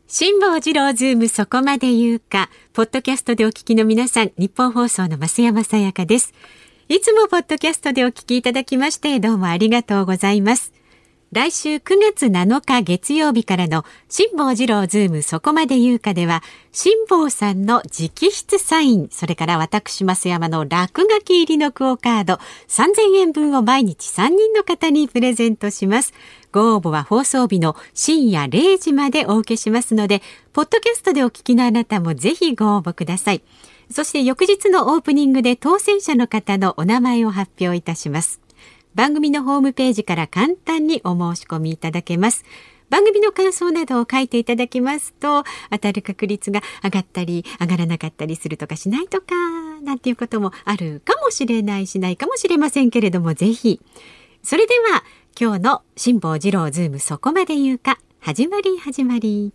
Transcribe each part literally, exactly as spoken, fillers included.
辛坊治郎ズームそこまで言うか。ポッドキャストでお聞きの皆さん、日本放送の増山さやかです。いつもポッドキャストでお聞きいただきましてどうもありがとうございます。来週くがつなのか月曜日からの辛坊治郎ズームそこまで言うかでは、辛坊さんの直筆サイン、それから私増山の落書き入りのクオカードさんぜんえんぶんを毎日さんにんの方にプレゼントします。ご応募は放送日の深夜れいじまでお受けしますので、ポッドキャストでお聞きのあなたもぜひご応募ください。そして翌日のオープニングで当選者の方のお名前を発表いたします。番組のホームページから簡単にお申し込みいただけます。番組の感想などを書いていただきますと、当たる確率が上がったり上がらなかったりするとかしないとかなんていうこともあるかもしれないしないかもしれませんけれども、ぜひ。それでは今日の辛坊治郎ズームそこまで言うか、始まり始まり。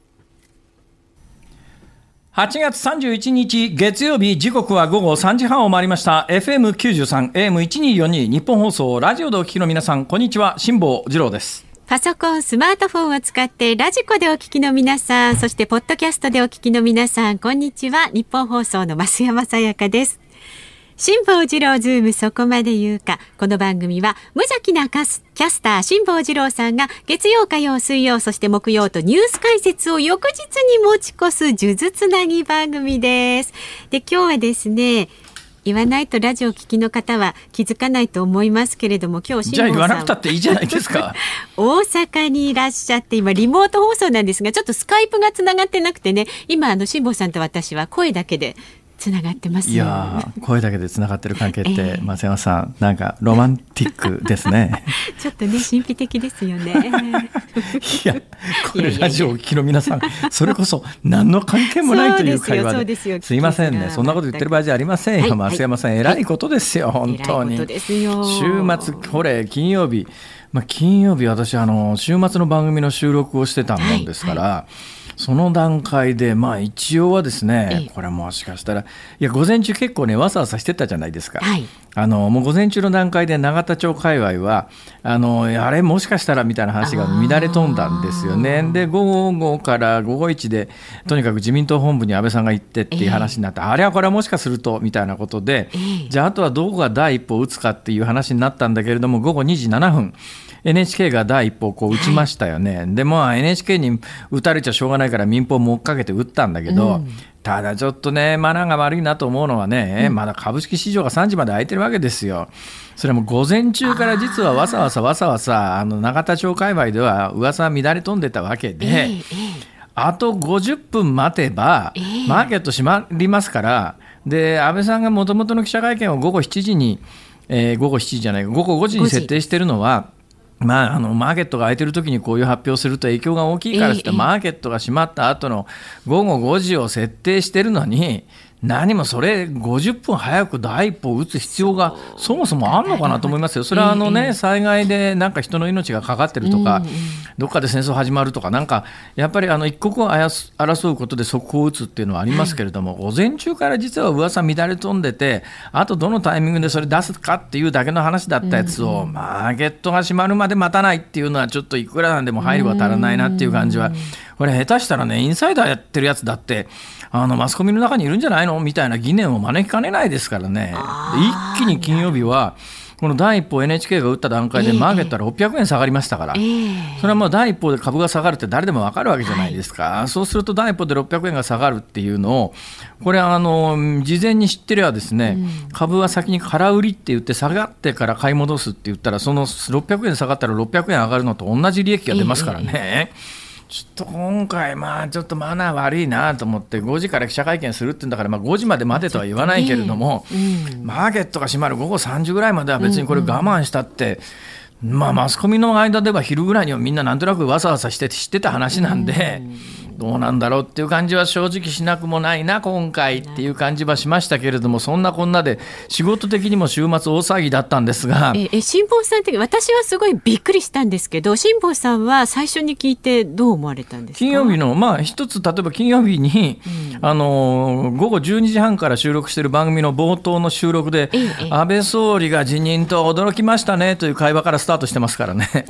はちがつさんじゅういちにち月曜日、時刻はごごさんじはんを回りました。 エフエムきゅうじゅうさん エーエムせんにひゃくよんじゅうに 日本放送ラジオでお聞きの皆さん、こんにちは。辛坊治郎です。 パソコン、スマートフォンを使ってラジコでお聞きの皆さん、そしてポッドキャストでお聞きの皆さん、こんにちは。日本放送の増山さやかです。辛坊治郎ズームそこまで言うか。この番組は無邪気なキャスター辛坊治郎さんが月曜火曜水曜そして木曜とニュース解説を翌日に持ち越す数珠つなぎ番組です。で、今日はですね、言わないとラジオ聞きの方は気づかないと思いますけれども、今日辛坊さん、 じゃあ言わなくたっていいじゃないですか。 大阪にいらっしゃって、今リモート放送なんですが、ちょっとスカイプがつながってなくてね、今あの辛坊さんと私は声だけでつながってます。 いや声だけでつながってる関係って、えー、増山さん、なんかロマンティックですね。 ちょっとね、神秘的ですよね。 いや、これラジオをお聞きの皆さん、それこそ何の関係もないという会話 で, で, ですいませんね、そんなこと言ってる場合じゃありませんよ、はい、増山さん、はい、偉いことですよ、本当に。 ですよ。 週末、これ金曜日、まあ、金曜日私あの週末の番組の収録をしてたもんですから、はいはい、その段階で、まあ一応はですね、これもしかしたら、いや午前中結構ねわさわさしてたじゃないですか、はい、あのもう午前中の段階で永田町界隈はあのあれもしかしたらみたいな話が乱れ飛んだんですよね。で午後から午後いちでとにかく自民党本部に安倍さんが行ってっていう話になって、えー、あれはこれはもしかするとみたいなことで、えー、じゃああとはどこが第一歩を打つかっていう話になったんだけれども、午後にじななふんエヌエイチケー が第一歩をこう打ちましたよね、はい、でも エヌエイチケー に打たれちゃしょうがないから民放も追っかけて打ったんだけど、うん、ただちょっとねマナーが悪いなと思うのはね、うん、まだ株式市場がさんじまで開いてるわけですよ。それも午前中から実はわさわさわさわさあの永田町界隈では噂は乱れ飛んでたわけで、えーえー、あとごじゅっぷん待てばマーケット閉まりますから、で安倍さんがもともとの記者会見をごごしちじに、えー、午後しちじじゃない午後ごじに設定してるのは、まあ、あのマーケットが開いてる時にこういう発表すると影響が大きいからって、えー、マーケットが閉まった後のごごごじを設定してるのに、何もそれごじゅっぷん早く第一歩を打つ必要がそもそもあるのかなと思いますよ。それはあのね、災害でなんか人の命がかかってるとか、どっかで戦争始まるとか、なんかやっぱりあの一刻を争うことで速報を打つっていうのはありますけれども、午前中から実は噂乱れ飛んでて、あとどのタイミングでそれ出すかっていうだけの話だったやつを、マーケットが閉まるまで待たないっていうのはちょっといくらなんでも配慮は足らないなっていう感じは、これ下手したらねインサイダーやってるやつだってあのマスコミの中にいるんじゃないのみたいな疑念を招きかねないですからね。一気に金曜日はこの第一歩 エヌエイチケー が打った段階でマーケットはろっぴゃくえん下がりましたから、えー、それはもう第一歩で株が下がるって誰でも分かるわけじゃないですか、はい、そうすると第一歩でろっぴゃくえんが下がるっていうのをこれあの事前に知ってればですね、うん、株は先に空売りって言って下がってから買い戻すって言ったら、そのろっぴゃくえん下がったらろっぴゃくえん上がるのと同じ利益が出ますからね、えーちょっと今回まあちょっとマナー悪いなと思ってごじから記者会見するって言うんだから、まあごじまで待てとは言わないけれども、うん、マーケットが閉まるごごさんじぐらいまでは別にこれ我慢したって、うんうん、まあマスコミの間では昼ぐらいにはみんななんとなくわさわさして知ってた話なんで、うん、どうなんだろうっていう感じは正直しなくもないな今回っていう感じはしましたけれども、そんなこんなで仕事的にも週末大騒ぎだったんですが、 ええ辛坊さんって私はすごいびっくりしたんですけど、辛坊さんは最初に聞いてどう思われたんですか？ 金曜日のまあ一つ、例えば金曜日に、うん、あの午後じゅうにじはんから収録している番組の冒頭の収録で、ええ、安倍総理が辞任と驚きましたねという会話からスタートしてますからね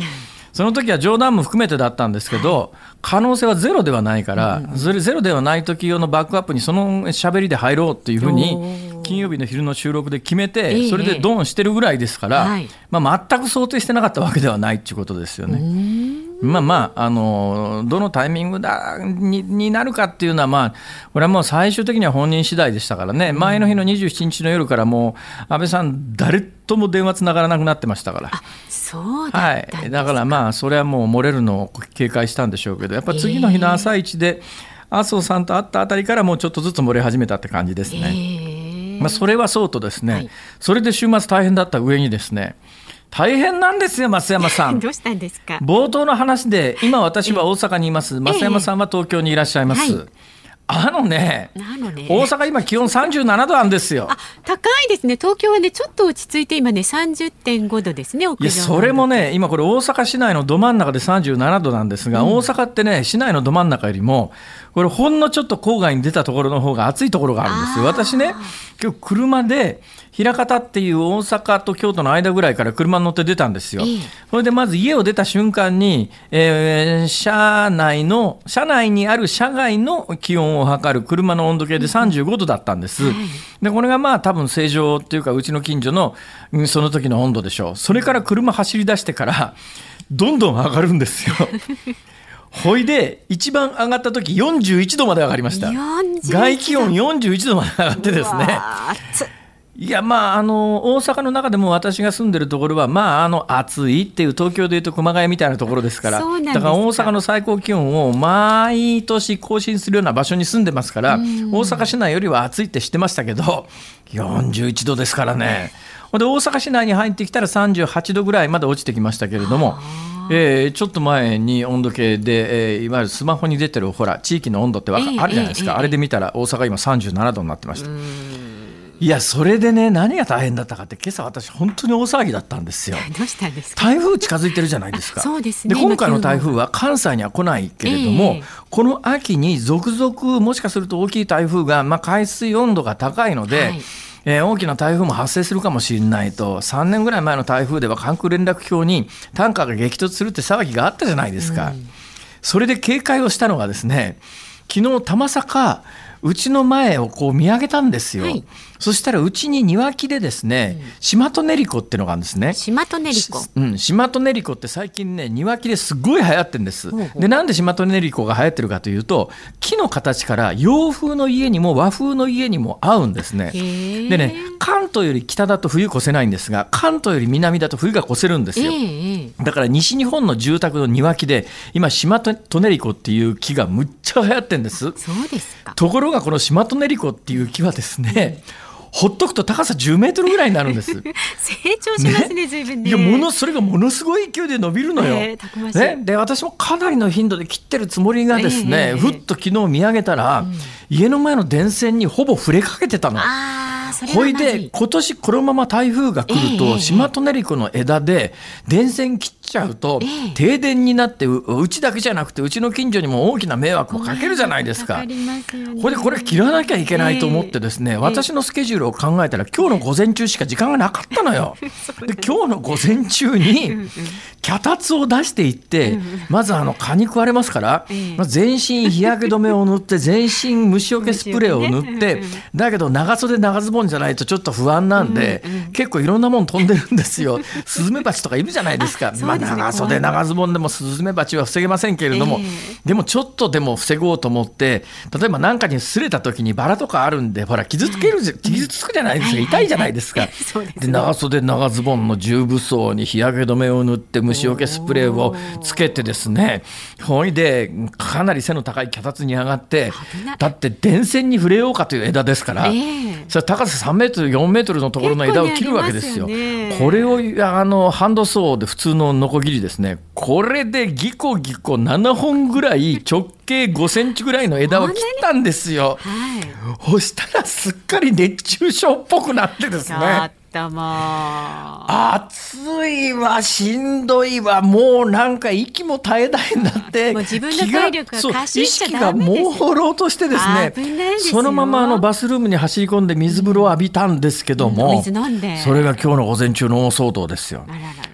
その時は冗談も含めてだったんですけど、はい、可能性はゼロではないから、うんうん、それゼロではない時用のバックアップにその喋りで入ろうっていうふうに金曜日の昼の収録で決めて、えー、それでドンしてるぐらいですから、はい、まあ、全く想定してなかったわけではないっていうことですよね。まあまあ、あのどのタイミングだ に, になるかっていうのは、まあ、これはもう最終的には本人次第でしたからね、うん、前の日のにじゅうしちにちの夜からもう安倍さん誰とも電話つながらなくなってましたから。 あ、そうだったんですか。 はい、だからまあそれはもう漏れるのを警戒したんでしょうけど、やっぱ次の日の朝一で麻生さんと会ったあたりからもうちょっとずつ漏れ始めたって感じですね。えーまあ、それはそうとですね、はい、それで週末大変だった上にですね、大変なんですよ増山さん。 どうしたんですか。 冒頭の話で今私は大阪にいます、増山さんは東京にいらっしゃいます、はい、あのね、あのね、大阪今気温さんじゅうななどなんですよ。 あ、高いですね。東京はねちょっと落ち着いて今ね さんじゅってんごどですね。屋上。 いやそれもね今これ大阪市内のど真ん中でさんじゅうななどなんですが、うん、大阪ってね市内のど真ん中よりもこれほんのちょっと郊外に出たところの方が暑いところがあるんですよ。私ね今日車で枚方っていう大阪と京都の間ぐらいから車に乗って出たんですよ。それでまず家を出た瞬間に、えー、車内の車内にある車外の気温を測る車の温度計でさんじゅうごどだったんです。でこれがまあ多分正常っていうかうちの近所のその時の温度でしょう。それから車走り出してからどんどん上がるんですよ。ほいで一番上がった時よんじゅういちどまで上がりました。外気温よんじゅういちどまで上がってですね、いやまあ、あの大阪の中でも私が住んでるところは、まあ、あの暑いっていう東京でいうと熊谷みたいなところですから、 そうなんですか。 だから大阪の最高気温を毎年更新するような場所に住んでますから、大阪市内よりは暑いって知ってましたけどよんじゅういちどですからね。で大阪市内に入ってきたらさんじゅうはちどぐらいまで落ちてきましたけれども、えー、ちょっと前に温度計で、えー、いわゆるスマホに出てるほら地域の温度ってわか、えー、あるじゃないですか、えー、あれで見たら大阪今さんじゅうななどになってました。いやそれでね何が大変だったかって、今朝私本当に大騒ぎだったんですよ。 どうしたんですか。 台風近づいてるじゃないですか。 そうですね。 で今回の台風は関西には来ないけれども、えー、この秋に続々もしかすると大きい台風が、まあ、海水温度が高いので、はい、えー、大きな台風も発生するかもしれないと。さんねんぐらい前の台風では関空連絡橋にタンカーが激突するって騒ぎがあったじゃないですか、うん、それで警戒をしたのがですね、昨日たまさかうちの前をこう見上げたんですよ、はい、そしたらうちに庭木でですね、うん、シマトネリコっていうのがあるんですね。 シマトネリコ、 うん、シマトネリコって最近ね庭木ですごい流行ってるんです。ほうほう。でなんでシマトネリコが流行ってるかというと、木の形から洋風の家にも和風の家にも合うんですね。でね、関東より北だと冬越せないんですが、関東より南だと冬が越せるんですよ。だから西日本の住宅の庭木で今シマトネリコっていう木がむっちゃ流行ってるんです。 そうですか。 ところがこのシマトネリコっていう木はですね、ほっとくと高さじゅうメートルぐらいになるんです。 成長しますね、随分ね。 いやものそれがものすごい勢いで伸びるのよ、 えーたくましいね、で私もかなりの頻度で切ってるつもりがですね、えー、ふっと昨日見上げたら、うん、家の前の電線にほぼ触れかけてたの。 あそれはほいで今年このまま台風が来ると、えー、シマトネリコの枝で電線切っちゃうと、えー、停電になって う, うちだけじゃなくてうちの近所にも大きな迷惑をかけるじゃないですか。 かかりますよね。 ほいでこれ切らなきゃいけないと思ってですね、えー、私のスケジュールを考えたら今日の午前中しか時間がなかったのよ。で今日の午前中に脚立を出していってまずあの蚊に食われますから、まあ、全身日焼け止めを塗って全身虫除けスプレーを塗って、だけど長袖長ズボンじゃないとちょっと不安なんで、結構いろんなもん飛んでるんですよ。スズメバチとかいるじゃないですか。まあ、長袖長ズボンでもスズメバチは防げませんけれども、でもちょっとでも防ごうと思って、例えば何かに擦れた時にバラとかあるんでほら傷つける傷つくじゃないですか。痛いじゃないですか。で長袖長ズボンの重武装に日焼け止めを塗って虫除けスプレーをつけてですね、ほいでかなり背の高い脚立に上がって、だって電線に触れようかという枝ですから、えー、それ高ささんメートルよんメートルのところの枝を切るわけですよ。これをあのハンドソーで普通のノコギリですね、これでギコギコななほんぐらい直径ごセンチぐらいの枝を切ったんですよ。はい、そしたらすっかり熱中症っぽくなってですね、暑いわしんどいわ、もうなんか息も絶え絶えになって、 もう自分の体力が過信しちゃダメです。 意識が朦朧としてですね、そのままあのバスルームに走り込んで水風呂を浴びたんですけども、 うん、水飲んで、 それが今日の午前中の大騒動ですよ。 あららら、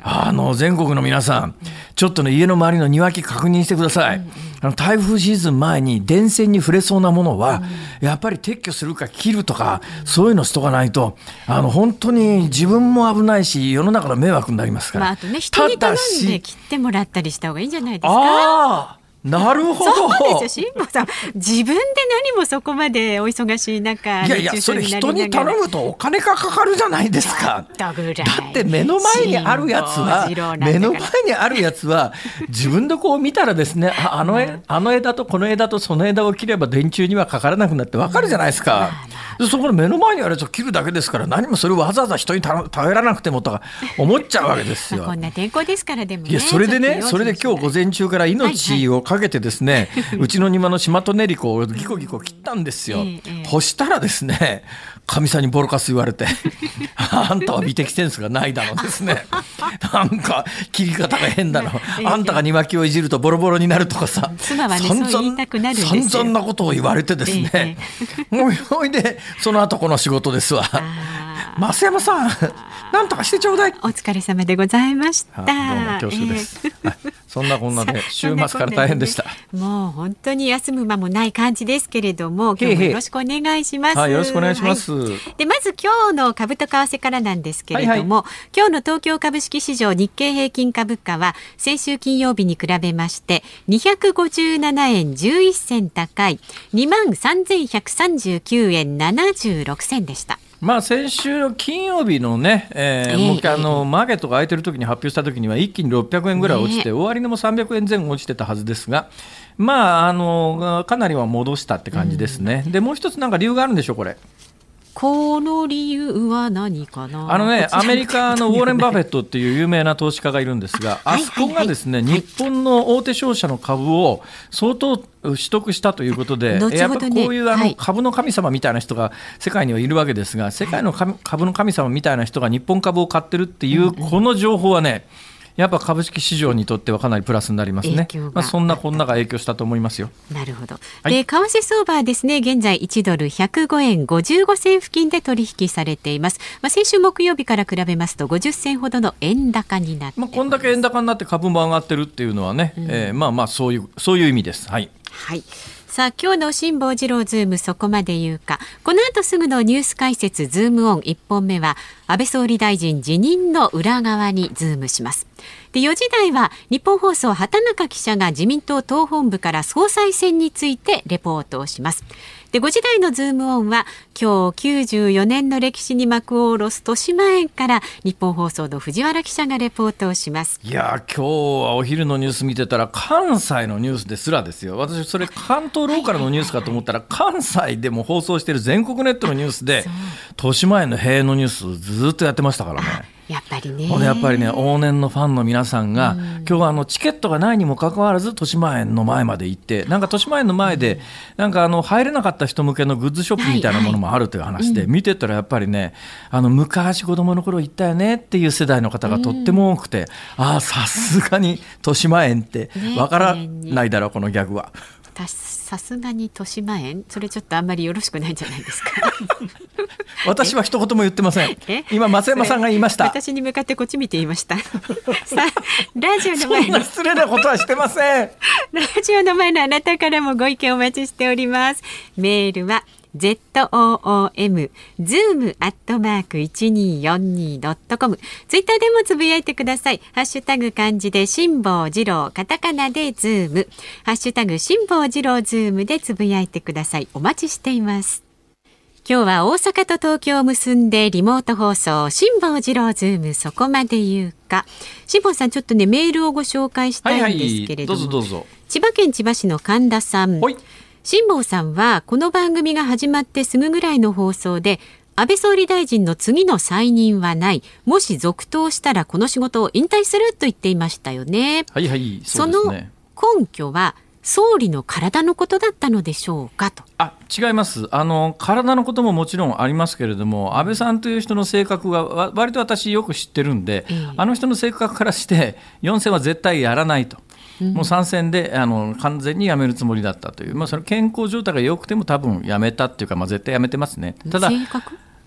あの全国の皆さん、ちょっとね家の周りの庭木確認してください。あの台風シーズン前に電線に触れそうなものはやっぱり撤去するか切るとか、そういうのしとかないと、あの本当に自分も危ないし世の中の迷惑になりますから。 まあ、あとね、人に頼んで切ってもらったりした方がいいんじゃないですか。 あーなるほど。 そうですよ、辛坊さん、自分で何もそこまでお忙しい中、 いやいや、それ人に頼むとお金がかかるじゃないですか。だって目の前にあるやつは目の前にあるやつは自分でこう見たらですね、あ、あのえあの枝とこの枝とその枝を切れば電柱にはかからなくなってわかるじゃないですか。でそこの目の前にあるやつを切るだけですから、何もそれをわざわざ人に頼らなくてもとか思っちゃうわけですよ。 まあ、こんな天候ですから。でもね、 いやそれでね、それで今日午前中から命をかけてですね、はいはい、うちの庭のシマトネリコをギコギコ切ったんですよ、ええ、干したらですね、かみさんにボロカス言われてあんたは美的センスがないだろうですねなんか切り方が変だの、え、あんたが庭木をいじるとボロボロになるとかさ、 妻はね、そう言いたくなるんですよ。 散々なことを言われてですね、もうほいでその後この仕事ですわ。増山さん、なんとかしてちょうだい。 お疲れ様でございました。 どうも恐縮です、えー、そんなこんなで週末から大変でした。 もう本当に休む間もない感じですけれども、今日もよろしくお願いします。 はい、よろしくお願いします、はい、 でまず今日の株と為替からなんですけれども、はいはい、今日の東京株式市場日経平均株価は先週金曜日に比べましてにひゃくごじゅうななえんじゅういっせん高い にまんさんぜんひゃくさんじゅうきゅうえんななじゅうろくせんでした。 まあ、先週の金曜日のね、えーえー、もう一回あのマーケットが開いてる時に発表した時には一気にろっぴゃくえんぐらい落ちて、ね、終値もさんびゃくえんぜん後落ちてたはずですが、まあ、あのかなりは戻したって感じですね、うん、でもう一つなんか理由があるんでしょうこれ。 この理由は何かな。 あのね、アメリカのウォーレン・バフェットっていう有名な投資家がいるんですが、あそこがですね、はいはいはい、日本の大手商社の株を相当取得したということで、ね、やっぱりこういうあの株の神様みたいな人が世界にはいるわけですが、世界の株の神様みたいな人が日本株を買ってるっていうこの情報はね、やっぱ株式市場にとってはかなりプラスになりますね。まあ、そんなこんなが影響したと思いますよ。 なるほど。で、為替相場はですね、現在いちドルひゃくごえんごじゅうごせん付近で取引されています。まあ、先週木曜日から比べますとごじゅっせんほどの円高になっています。 まあ、こんだけ円高になって株も上がってるっていうのはね、うん、えー、まあまあそういうそういう意味です。はい。 はい。さあ今日の辛坊治郎ズームそこまで言うか、この後すぐのニュース解説ズームオンいっぽんめは安倍総理大臣辞任の裏側にズームします。でよじ台は日本放送畑中記者が自民党党本部から総裁選についてレポートをします。でごじ台のズームオンは今日きゅうじゅうよねんの歴史に幕を下ろす豊島園から日本放送の藤原記者がレポートをします。 いや今日はお昼のニュース見てたら関西のニュースですらですよ。私それ関東ローカルのニュースかと思ったら関西でも放送している全国ネットのニュースで豊島園の閉園のニュースずっとやってましたからね。 やっぱりね、 やっぱりね往年のファンの皆さんが、うん、今日はあのチケットがないにもかかわらず豊島園の前まで行って、なんか豊島園の前でなんかあの入れなかった人向けのグッズショップみたいなものもあるという話で、はいはい、見てたらやっぱりね、あの昔子供の頃行ったよねっていう世代の方がとっても多くて、うん、ああさすがに豊島園ってわからないだろう、ね、このギャグは。 さすがに豊島園、それちょっとあんまりよろしくないんじゃないですか私は一言も言ってません。今増山さんが言いました。 私に向かってこっち見て言いましたさあラジオの前のそんな失礼なことはしてませんラジオの前のあなたからもご意見お待ちしております。メールはズーム ズーム アットマーク いちにーよんにー ドットコム、 ツイッターでもつぶやいてください。ハッシュタグ漢字で辛坊治郎、カタカナでズーム、ハッシュタグ辛坊治郎ズームでつぶやいてください。お待ちしています。今日は大阪と東京を結んでリモート放送、辛坊治郎ズームそこまで言うか。辛坊さん、ちょっとねメールをご紹介したいんですけれども、 はいはい、どうぞどうぞ。 千葉県千葉市の神田さん、辛坊さんはこの番組が始まってすぐぐらいの放送で、安倍総理大臣の次の再任はない、もし続投したらこの仕事を引退すると言っていましたよね。 はいはい、そうですね。 その根拠は総理の体のことだったのでしょうかと。 あ、違います。あの体のことももちろんありますけれども、安倍さんという人の性格が割と私よく知ってるんで、えー、あの人の性格からしてよん選は絶対やらないと、もうさん選であの完全に辞めるつもりだったという、まあ、その健康状態が良くても多分辞めたっていうか、まあ、絶対辞めてますね。ただ、 性格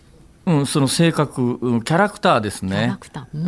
うん、その性格、うん、キャラクターですね。キャラクター、うん、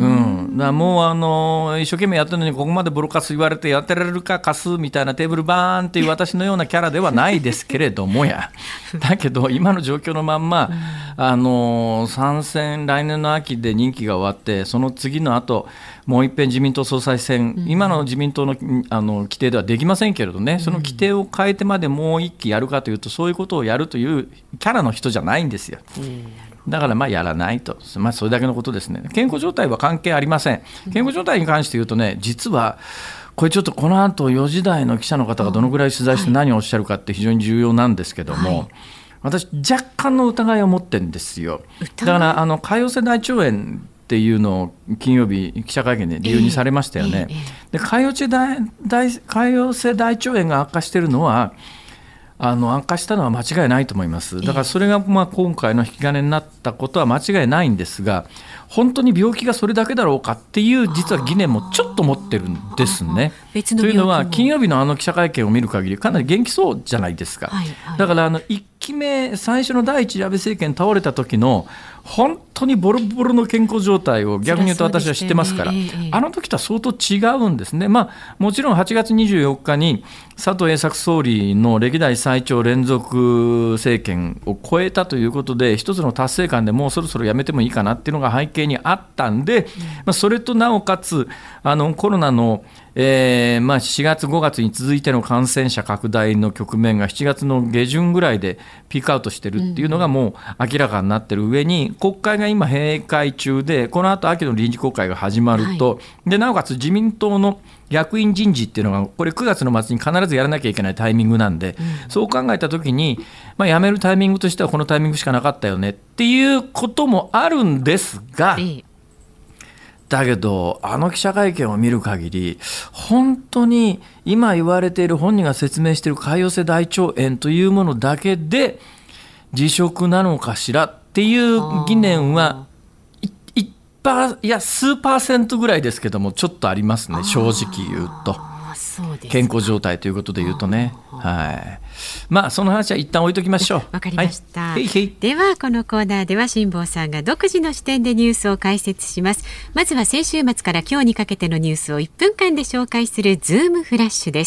だからもうあの一生懸命やってるのにここまでボロカス言われてやってられるかカスみたいなテーブルバーンっていう私のようなキャラではないですけれどもやだけど今の状況のまんま、うん、あの参戦来年の秋で任期が終わってその次の後もう一遍自民党総裁選、うん、今の自民党の、あの規定ではできませんけれどね、その規定を変えてまでもう一期やるかというとそういうことをやるというキャラの人じゃないんですよ。うんだからまあやらないと、まあ、それだけのことですね。健康状態は関係ありません。健康状態に関して言うとね、実はこれちょっとこの後よじ台の記者の方がどのぐらい取材して何をおっしゃるかって非常に重要なんですけども、はい、私若干の疑いを持ってるんですよ。だからあの潰瘍性大腸炎っていうのを金曜日記者会見で理由にされましたよね。えーえー、で潰瘍性大、大、潰瘍性大腸炎が悪化しているのはあの悪化したのは間違いないと思います。だからそれがまあ今回の引き金になったことは間違いないんですが、本当に病気がそれだけだろうかっていう実は疑念もちょっと持ってるんですね。別の病気もというのは金曜日のあの記者会見を見る限りかなり元気そうじゃないですか。はいはい、だからあのいっきめ最初の第一次安倍政権倒れた時の本当にボロボロの健康状態を逆に言うと私は知ってますから、あの時とは相当違うんですね。まあ、もちろんはちがつにじゅうよっかに佐藤栄作総理の歴代最長連続政権を超えたということで一つの達成感でもうそろそろやめてもいいかなっていうのが背景にあったんで、まあ、それとなおかつあのコロナのえーまあ、しがつごがつに続いての感染者拡大の局面がしちがつの下旬ぐらいでピークアウトしてるっていうのがもう明らかになってる上に、国会が今閉会中でこの後秋の臨時国会が始まると、はい、でなおかつ自民党の役員人事っていうのがこれくがつの末に必ずやらなきゃいけないタイミングなんで、うん、そう考えたときに、まあ、辞めるタイミングとしてはこのタイミングしかなかったよねっていうこともあるんですが、ええだけどあの記者会見を見る限り本当に今言われている本人が説明している潰瘍性大腸炎というものだけで辞職なのかしらっていう疑念はいパーいや数パーセントぐらいですけどもちょっとありますね、正直言うと。健康状態ということで言うとね、はい、まあその話は一旦置いときましょう。 わかりました、はい、 へいへい。 ではこのコーナーでは辛坊さんが独自の視点でニュースを解説します。まずは先週末から今日にかけてのニュースをいっぷんかんで紹介するズームフラッシュです。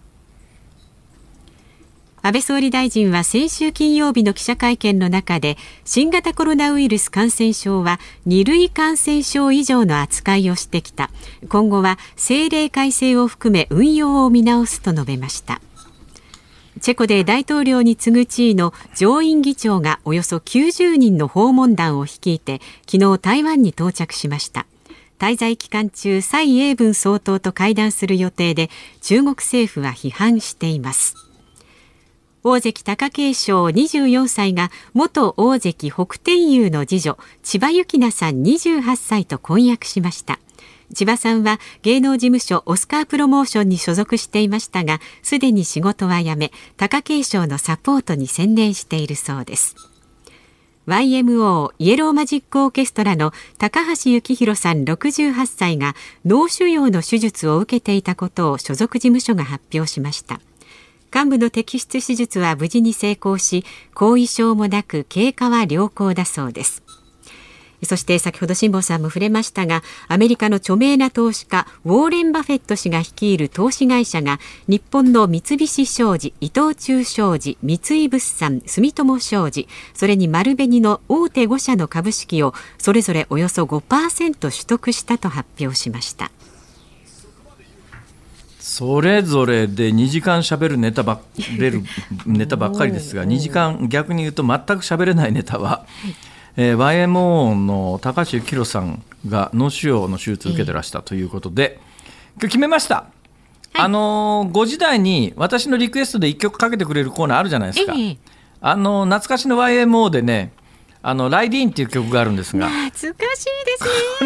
安倍総理大臣は先週金曜日の記者会見の中で新型コロナウイルス感染症はに類感染症以上の扱いをしてきた。今後は政令改正を含め運用を見直すと述べました。チェコで大統領に次ぐ地位の上院議長がおよそきゅうじゅうにんの訪問団を率いて昨日台湾に到着しました。滞在期間中蔡英文総統と会談する予定で中国政府は批判しています。大関貴景勝にじゅうよんさいが元大関北天佑の次女千葉幸奈さんにじゅうはっさいと婚約しました。千葉さんは芸能事務所オスカープロモーションに所属していましたがすでに仕事は辞め貴景勝のサポートに専念しているそうです。 ワイエムオー イエローマジックオーケストラの高橋幸宏さんろくじゅうはっさいが脳腫瘍の手術を受けていたことを所属事務所が発表しました。患部の摘出手術は無事に成功し後遺症もなく経過は良好だそうです。そして先ほど辛坊さんも触れましたがアメリカの著名な投資家ウォーレン・バフェット氏が率いる投資会社が日本の三菱商事、伊藤忠商事、三井物産、住友商事それに丸紅の大手ご社の株式をそれぞれおよそ ごパーセント 取得したと発表しました。 それぞれでにじかん喋るネタばれるネタばっかりですがにじかん逆に言うと全く喋れないネタは、えー、ワイエムオー の高橋幸宏さんが脳腫瘍の手術を受けてらしたということで、今日決めました、はい、あのー、ごじ台に私のリクエストでいっきょくかけてくれるコーナーあるじゃないですか、ええ、あのー、懐かしの ワイエムオー でねあのライディーンっていう曲があるんですが懐かしいですねこれ結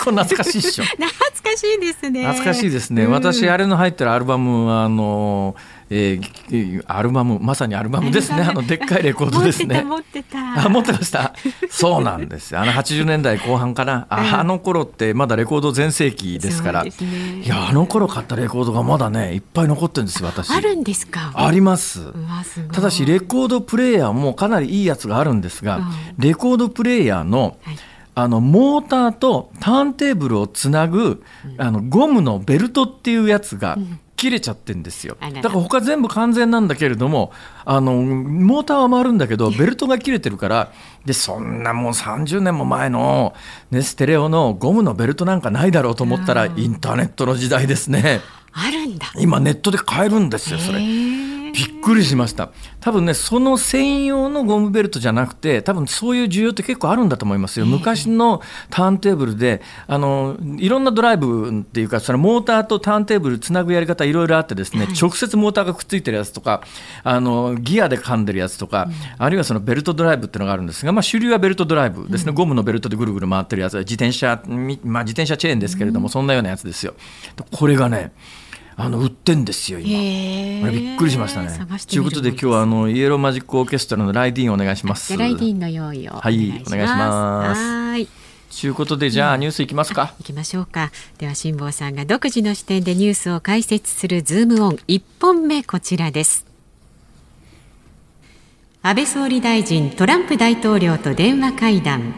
これ懐かしいっしょ。 懐かしいですね。 懐かしいですね、うん、私あれの入ってるアルバムはあのえー、アルバムまさにアルバムですね。あのでっかいレコードですね。 持ってた持ってたあ持ってましたそうなんですよ。あのはちじゅうねんだいこう半かな、あ, あの頃ってまだレコード全盛期ですから、 そうですね、 いやあの頃買ったレコードがまだねいっぱい残ってるんですよ。私あるんですか。 あります。 うわすごい。 ただしレコードプレーヤーもかなりいいやつがあるんですが、うん、レコードプレーヤーの、はい、あのモーターとターンテーブルをつなぐ、うん、あのゴムのベルトっていうやつが、うん切れちゃってんですよ。だから他全部完全なんだけれども、あのモーターは回るんだけどベルトが切れてるから、でそんなもうさんじゅうねんも前の、ね、ステレオのゴムのベルトなんかないだろうと思ったらインターネットの時代ですね。 あるんだ。 今ネットで買えるんですよそれ。びっくりしました。多分ねその専用のゴムベルトじゃなくて多分そういう需要って結構あるんだと思いますよ。昔のターンテーブルであのいろんなドライブっていうかそのモーターとターンテーブルつなぐやり方いろいろあってですね、はい、直接モーターがくっついてるやつとかあのギアで噛んでるやつとか、うん、あるいはそのベルトドライブっていうのがあるんですが、まあ、主流はベルトドライブですね、うん、ゴムのベルトでぐるぐる回ってるやつは自転車、まあ、自転車チェーンですけれども、うん、そんなようなやつですよ。これがねあの売ってんですよ今。あれびっくりしましたね。ということで今日はあのイエローマジックオーケストラのライディーンお願いします。 ライディーンの用意をお願いします。はい、お願いします。はい。 ということでじゃあニュースいきますか。 いきましょうか。では辛坊さんが独自の視点でニュースを解説するズームオンいっぽんめこちらです。安倍総理大臣トランプ大統領と電話会談。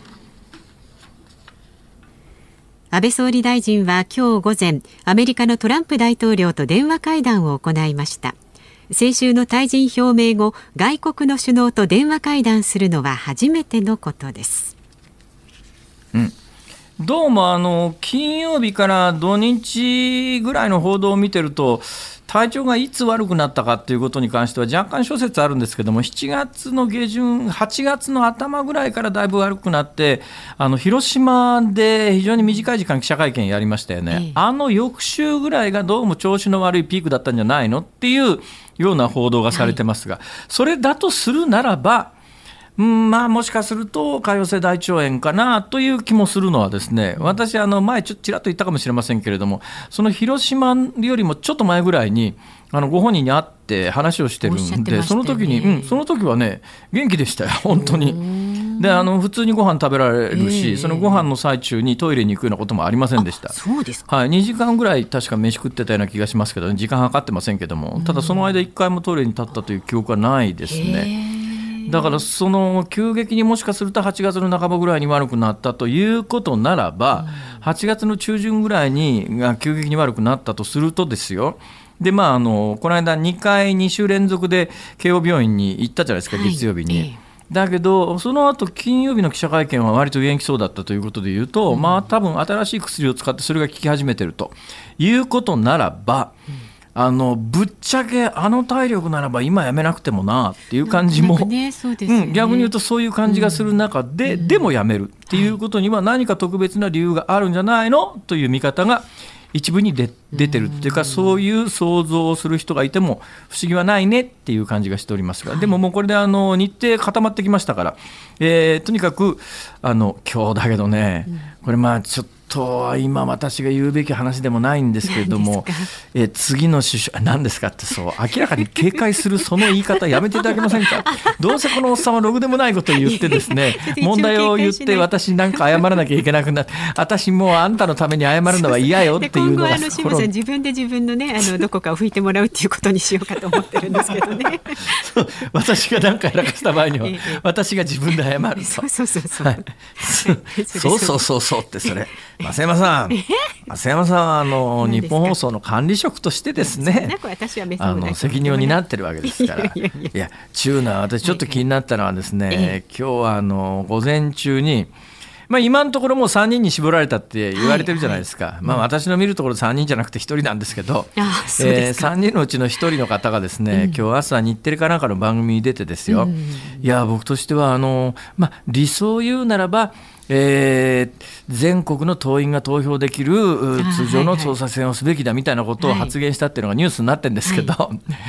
安倍総理大臣は今日午前アメリカのトランプ大統領と電話会談を行いました。先週の退陣表明後外国の首脳と電話会談するのは初めてのことです。 うん、どうもあの金曜日から土日ぐらいの報道を見てると体調がいつ悪くなったかということに関しては若干諸説あるんですけども、しちがつの下旬はちがつの頭ぐらいからだいぶ悪くなって、あの広島で非常に短い時間記者会見やりましたよね、ええ、あの翌週ぐらいがどうも調子の悪いピークだったんじゃないのっていうような報道がされてますが、はい、それだとするならばうん、まあ、もしかすると潰瘍性大腸炎かなという気もするのはですね、私あの前ちょっとちらっと言ったかもしれませんけれども、その広島よりもちょっと前ぐらいにあのご本人に会って話をしてるんで、その時に、うん、その時はね元気でしたよ本当に。であの普通にご飯食べられるし、そのご飯の最中にトイレに行くようなこともありませんでした。 そうですか。 はい、にじかんぐらい確か飯食ってたような気がしますけど、ね、時間計ってませんけども、ただその間いっかいもトイレに立ったという記憶はないですね。だからその急激にもしかするとはちがつの半ばぐらいに悪くなったということならば、はちがつの中旬ぐらいに急激に悪くなったとするとですよ、でまあ、あのこの間にかいに週連続で慶応病院に行ったじゃないですか、月曜日に、はい、だけどその後金曜日の記者会見は割と元気そうだったということでいうと、うん、まあ多分新しい薬を使ってそれが効き始めてるということならば、うん、あのぶっちゃけあの体力ならば今やめなくてもなっていう感じも、 ねそうですね、 うん、逆に言うとそういう感じがする中で、うん、でもやめるっていうことには何か特別な理由があるんじゃないのという見方が一部に出てるっていうか、そういう想像をする人がいても不思議はないねっていう感じがしておりますが、でももうこれであの日程固まってきましたから、えー、とにかくあの今日だけどね、これまあちょっとと今私が言うべき話でもないんですけれども、え次の首相何ですかってそう明らかに警戒するその言い方やめていただけませんか。どうせこのおっさんはろくでもないことを言ってですね問題を言って私なんか謝らなきゃいけなくなって、私もうあんたのために謝るのは嫌よっていうのが、 今後あの辛坊さん自分で自分のねあのどこかを拭いてもらうっていうことにしようかと思ってるんですけどね私が何かやらかした場合には私が自分で謝ると、 そうそうそうそう、はい、 そうそうそうそうってそれ増山さん、増山さんはあの日本放送の管理職としてですね、あの責任を担ってるわけですから。いやいやいや、チューナー私ちょっと気になったのはですね、はいはい、今日はあの午前中に、まあ、今のところもうさんにんに絞られたって言われてるじゃないですか、はいはい、まあ、私の見るところさんにんじゃなくてひとりなんですけど、ああえー、さんにんのうちのひとりの方がですね、うん、今日朝日テレかなんかの番組に出てですよ、うん、いや僕としてはあの、まあ、理想を言うならばえー、全国の党員が投票できる通常の総裁選をすべきだみたいなことを発言したっていうのがニュースになってるんですけど、はいはい、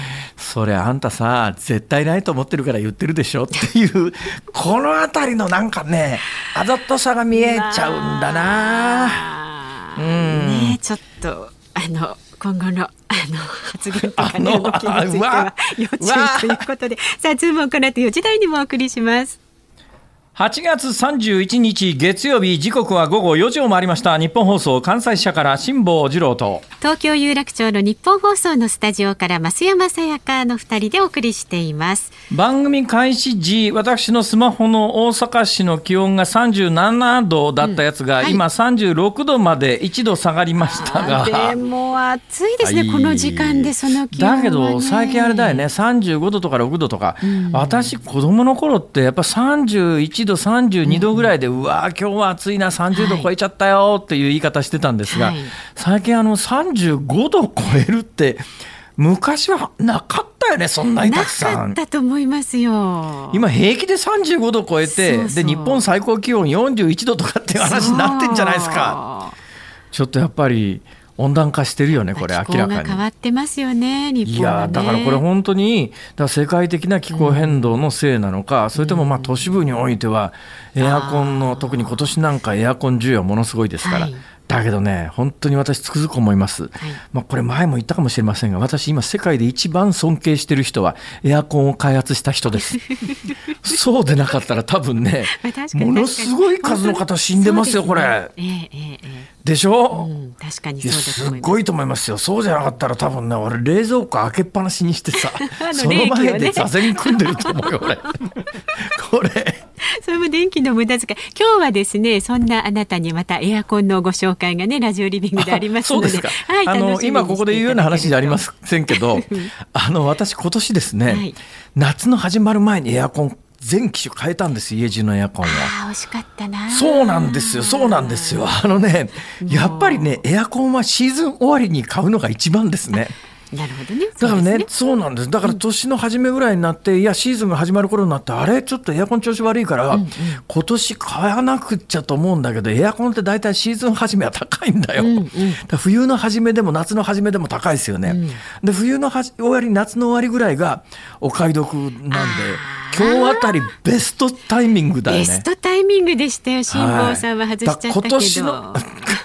それあんたさ絶対ないと思ってるから言ってるでしょっていうこのあたりのなんかねあざとさが見えちゃうんだな、 うんね、ちょっとあの今後のあの発言とか、ね、動きについては要注意ということでさあズームをこの後よじ台にもお送りします。 はちがつさんじゅういちにち月曜日、時刻は午後よじを回りました。日本放送関西支社から辛坊治郎と東京有楽町の日本放送のスタジオから増山さやかのふたりでお送りしています。 番組開始時、私のスマホの大阪市の気温がさんじゅうななどだったやつが、うんはい、今さんじゅうろくどまでいちど下がりましたが、 でも暑いですね、はい、この時間でその気温は、ね、 だけど最近あれだよね、さんじゅうごどとかろくどとか、うん、私子供の頃ってやっぱさんじゅういちどさんじゅうにどぐらいで、うん、うわ今日は暑いなさんじゅうど超えちゃったよっていう言い方してたんですが、はい、最近あのさんじゅうごど超えるって昔はなかったよね、そんなにたくさん。 なかったと思いますよ。 今平気でさんじゅうごど超えて、そうそうで日本最高気温よんじゅういちどとかっていう話になってんじゃないですか。ちょっとやっぱり温暖化してるよね、これ明らかに。 気候が変わってますよね、日本はね。 いやだからこれ本当にだから世界的な気候変動のせいなのか、うん、それともまあ都市部においてはエアコンの特に今年なんかエアコン需要ものすごいですから、はい、だけどね本当に私つくづく思います、はいまあ、これ前も言ったかもしれませんが、私今世界で一番尊敬している人はエアコンを開発した人ですそうでなかったら多分ねものすごい数の方死んでますよ、これ、ええええでしょ、うん、 確かにそうだと思います。 すごいと思いますよ。そうじゃなかったら多分ね俺冷蔵庫開けっぱなしにしてさその前で座禅組んでると思うよ俺これそれも電気の無駄遣い。今日はですねそんなあなたにまたエアコンのご紹介がねラジオリビングでありますので、 そうですか、はい、あの今ここで言うような話じゃありませんけどあの私今年ですね、はい、夏の始まる前にエアコン全機種変えたんです、家中のエアコンを。 あ惜しかったな。 そうなんですよそうなんですよあのねやっぱりねエアコンはシーズン終わりに買うのが一番ですね。 なるほどね。 だからね、そうなんです。だから年の初めぐらいになって、うん、いやシーズンが始まる頃になってあれちょっとエアコン調子悪いから、うんうん、今年買わなくっちゃと思うんだけどエアコンって大体シーズン初めは高いんだよ、うんうん、だ冬の初めでも夏の初めでも高いですよね、うん、で冬の終わり夏の終わりぐらいがお買い得なんで今日あたりベストタイミングだよね。 ベストタイミングでしたよ。辛坊さんは外しちゃったけど、はい、今年の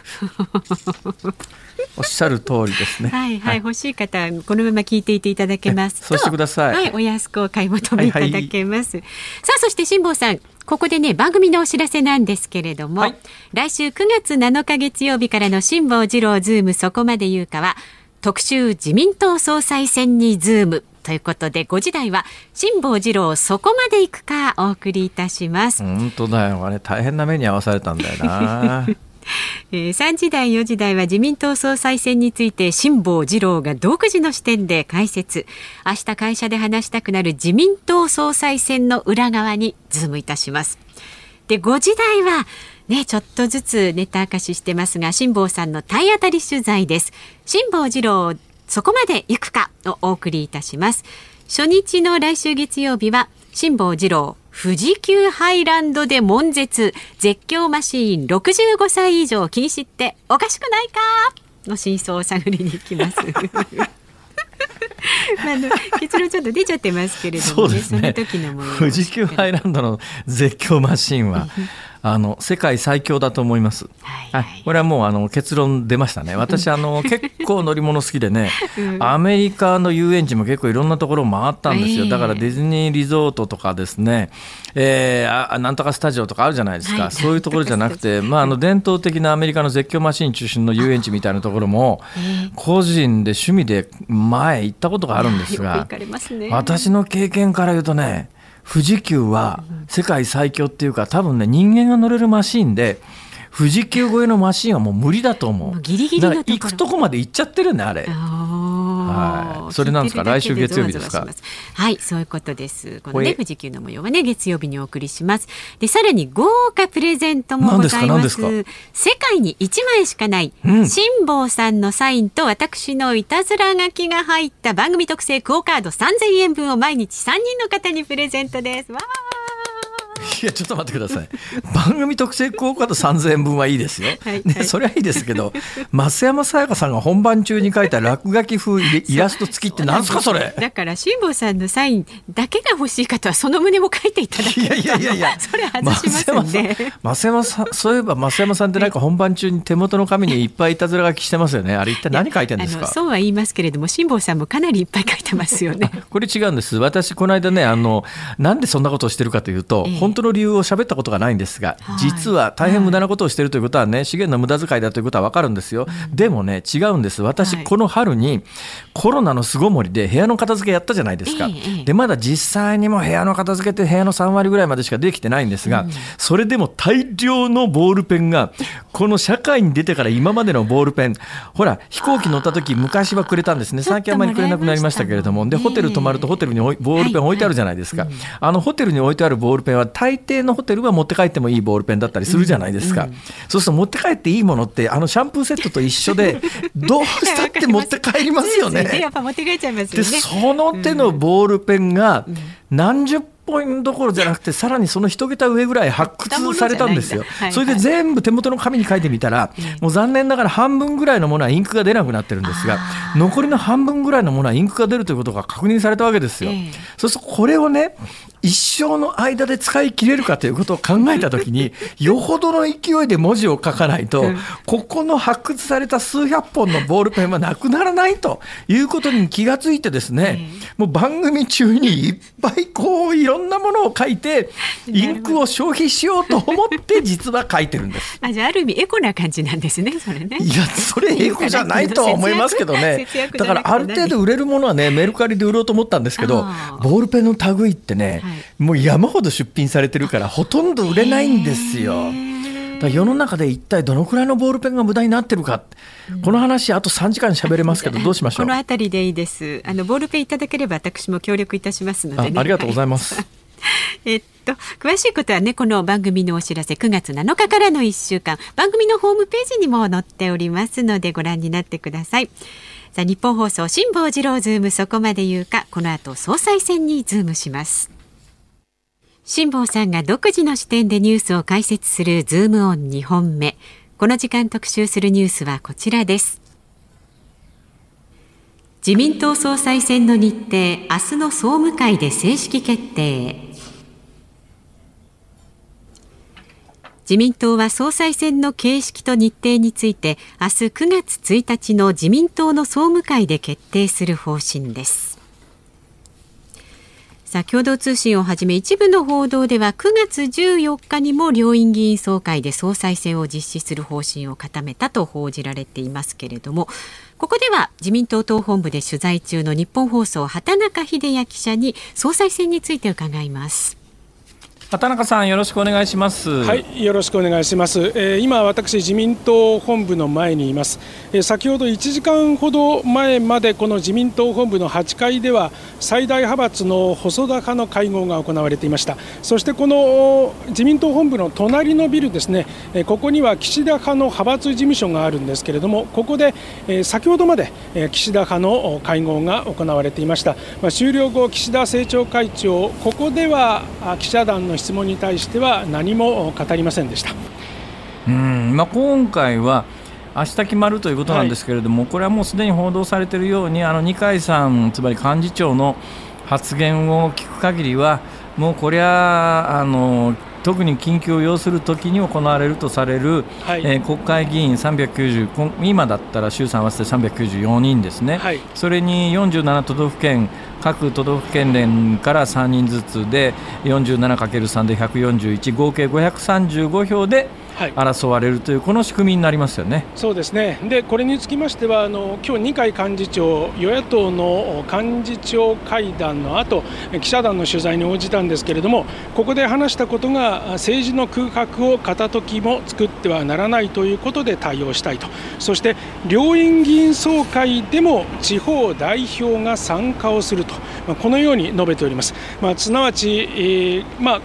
おっしゃる通りですね。 はいはい、欲しい方はこのまま聞いていていただけますと、 そうしてください。 はい、お安くお買い求めいただけます、はいはい、さあそして辛坊さんここでね番組のお知らせなんですけれども、はい、来週くがつなのか月曜日からの辛坊治郎ズームそこまで言うかは特集自民党総裁選にズームということでごじ台は辛坊治郎そこまで行くかお送りいたします。 本当だよあれ大変な目に遭わされたんだよなえー、さんじ台よじ台は自民党総裁選について辛坊治郎が独自の視点で解説。明日会社で話したくなる自民党総裁選の裏側にズームいたします。でごじ台はねちょっとずつネタ明かししてますが辛坊さんの体当たり取材です。辛坊治郎そこまで行くかをお送りいたします。初日の来週月曜日は辛坊治郎富士急ハイランドで悶絶絶叫マシーンろくじゅうごさい以上禁止っておかしくないかの真相を探りに行きますまあ、あの結論ちょっと出ちゃってますけれども ね, そ, ねその時の模様富士急ハイランドの絶叫マシーンはあの世界最強だと思います、はいはい、これはもうあの結論出ましたね。私あの結構乗り物好きでね、うん、アメリカの遊園地も結構いろんなところ回ったんですよ、えー、だからディズニーリゾートとかですね、えー、あなんとかスタジオとかあるじゃないですか、はい、そういうところじゃなくて、まあ、あの伝統的なアメリカの絶叫マシーン中心の遊園地みたいなところも個人で趣味で前行ったことがあるんですが、よく行かれますね。私の経験から言うとね富士急は世界最強っていうか多分ね人間が乗れるマシーンで富士急超えのマシーンはもう無理だと思う。 もうギリギリのところだから行くとこまで行っちゃってるねあれ。はい、それなんですか来週月曜日ですか。 はいそういうことです。この、ね、富士急の模様はね月曜日にお送りします。でさらに豪華プレゼントもございます。世界にいちまいしかない辛坊さんのサインと私のいたずら書きが入った番組特製クオカードさんぜんえんぶんを毎日さんにんの方にプレゼントです。わいやちょっと待ってください。番組特製クオカードさんぜんえんぶんはいいですよ、はいね、それはいいですけど、増山さやかさんが本番中に書いた落書き風イラスト付きって何すかそれ。 だから辛坊さんのサインだけが欲しい方はその旨も書いていただけると。いやいやいやいや、それ外しますんで。 増山さん、そういえば増山さんってなんか本番中に手元の紙にいっぱいいたずら書きしてますよね。あれ一体何書いてるんですか。 あのそうは言いますけれども、辛坊さんもかなりいっぱい書いてますよね。 これ違うんです。私この間ね、あのなんでそんなことをしてるかというと、ええ、本当の理由を喋ったことがないんですが、はい、実は大変無駄なことをしているということはね、資源の無駄遣いだということは分かるんですよ、うん、でもね違うんです。私、はい、この春にコロナの巣ごもりで部屋の片付けやったじゃないですか、ええ、でまだ実際にも部屋の片付けって部屋のさんわりぐらいまでしかできてないんですが、うん、それでも大量のボールペンがこの社会に出てから今までのボールペン、ほら飛行機乗った時昔はくれたんですね。最近あまりくれなくなりましたけれども、でホテル泊まるとホテルにボールペン置いてあるじゃないですか、はいはい、あのホテルに置いてあるボールペンは大抵のホテルは持って帰ってもいいボールペンだったりするじゃないですか、うんうん、そうすると持って帰っていいものってあのシャンプーセットと一緒でどうしたって持って帰りますよね。 やっぱ持って帰っちゃいますよね。 でその手のボールペンが何十本どころじゃなくてさらにその一桁上ぐらい発掘されたんですよ、はいはい、それで全部手元の紙に書いてみたら、もう残念ながら半分ぐらいのものはインクが出なくなってるんですが、残りの半分ぐらいのものはインクが出るということが確認されたわけですよ、えー、そうするとこれをね一生の間で使い切れるかということを考えたときによほどの勢いで文字を書かないと、うん、ここの発掘された数百本のボールペンはなくならないということに気がついてですね、もう番組中にいっぱいこういろんなものを書いてインクを消費しようと思って実は書いてるんです。 あ、じゃあある意味エコな感じなんですね、それね。 いやそれエコじゃないとは思いますけどね。だからある程度売れるものはねメルカリで売ろうと思ったんですけど、ボールペンの類ってね、はい、もう山ほど出品されてるからほとんど売れないんですよ。だから世の中で一体どのくらいのボールペンが無駄になってるか、うん、この話あとさんじかん喋れますけどどうしましょう。 このあたりでいいです。あのボールペンいただければ私も協力いたしますので、ね、 あ, ありがとうございます、はい、 えっと詳しいことはねこの番組のお知らせくがつなのかからのいっしゅうかん番組のホームページにも載っておりますのでご覧になってください。さあ日本放送辛坊治郎ズームそこまで言うか、この後総裁選にズームします。辛坊さんが独自の視点でニュースを解説するズームオンにほんめ。この時間特集するニュースはこちらです。自民党総裁選の日程、明日の総務会で正式決定。自民党は総裁選の形式と日程について明日くがつついたちの自民党の総務会で決定する方針です。さあ共同通信をはじめ一部の報道ではくがつじゅうよっかにも両院議員総会で総裁選を実施する方針を固めたと報じられていますけれども、ここでは自民党党本部で取材中の日本放送畑中秀也記者に総裁選について伺います。 畑中さんよろしくお願いします。 はい、よろしくお願いします。えー、今私自民党本部の前にいます。えー、先ほどいちじかんほど前までこの自民党本部のはちかいでは最大派閥の細田派の会合が行われていました。そしてこの自民党本部の隣のビルですね、えー、ここには岸田派の派閥事務所があるんですけれども、ここで、えー、先ほどまで、えー、岸田派の会合が行われていました。まあ、終了後岸田政調会長、ここでは記者団の質問に対しては何も語りませんでした。 うん、まあ、今回は明日決まるということなんですけれども、はい、これはもうすでに報道されているようにあの二階さんつまり幹事長の発言を聞く限りはもうこれはあの特に緊急を要するときに行われるとされる、はい、えー、国会議員さんびゃくきゅうじゅう、今だったら衆参合わせてさんびゃくきゅうじゅうよにんですね、はい、それによんじゅうなな都道府県各都道府県連からさんにんずつで よんじゅうななかけるさん でひゃくよんじゅういち、合計ごひゃくさんじゅうごひょうで争われるというこの仕組みになりますよね。 そうですね。でこれにつきましてはあの今日二階幹事長与野党の幹事長会談の後記者団の取材に応じたんですけれども、ここで話したことが政治の空白を片時も作ってはならないということで対応したいと。そして両院議員総会でも地方代表が参加をすると、まあ、このように述べております。まあ、すなわち、えーまあ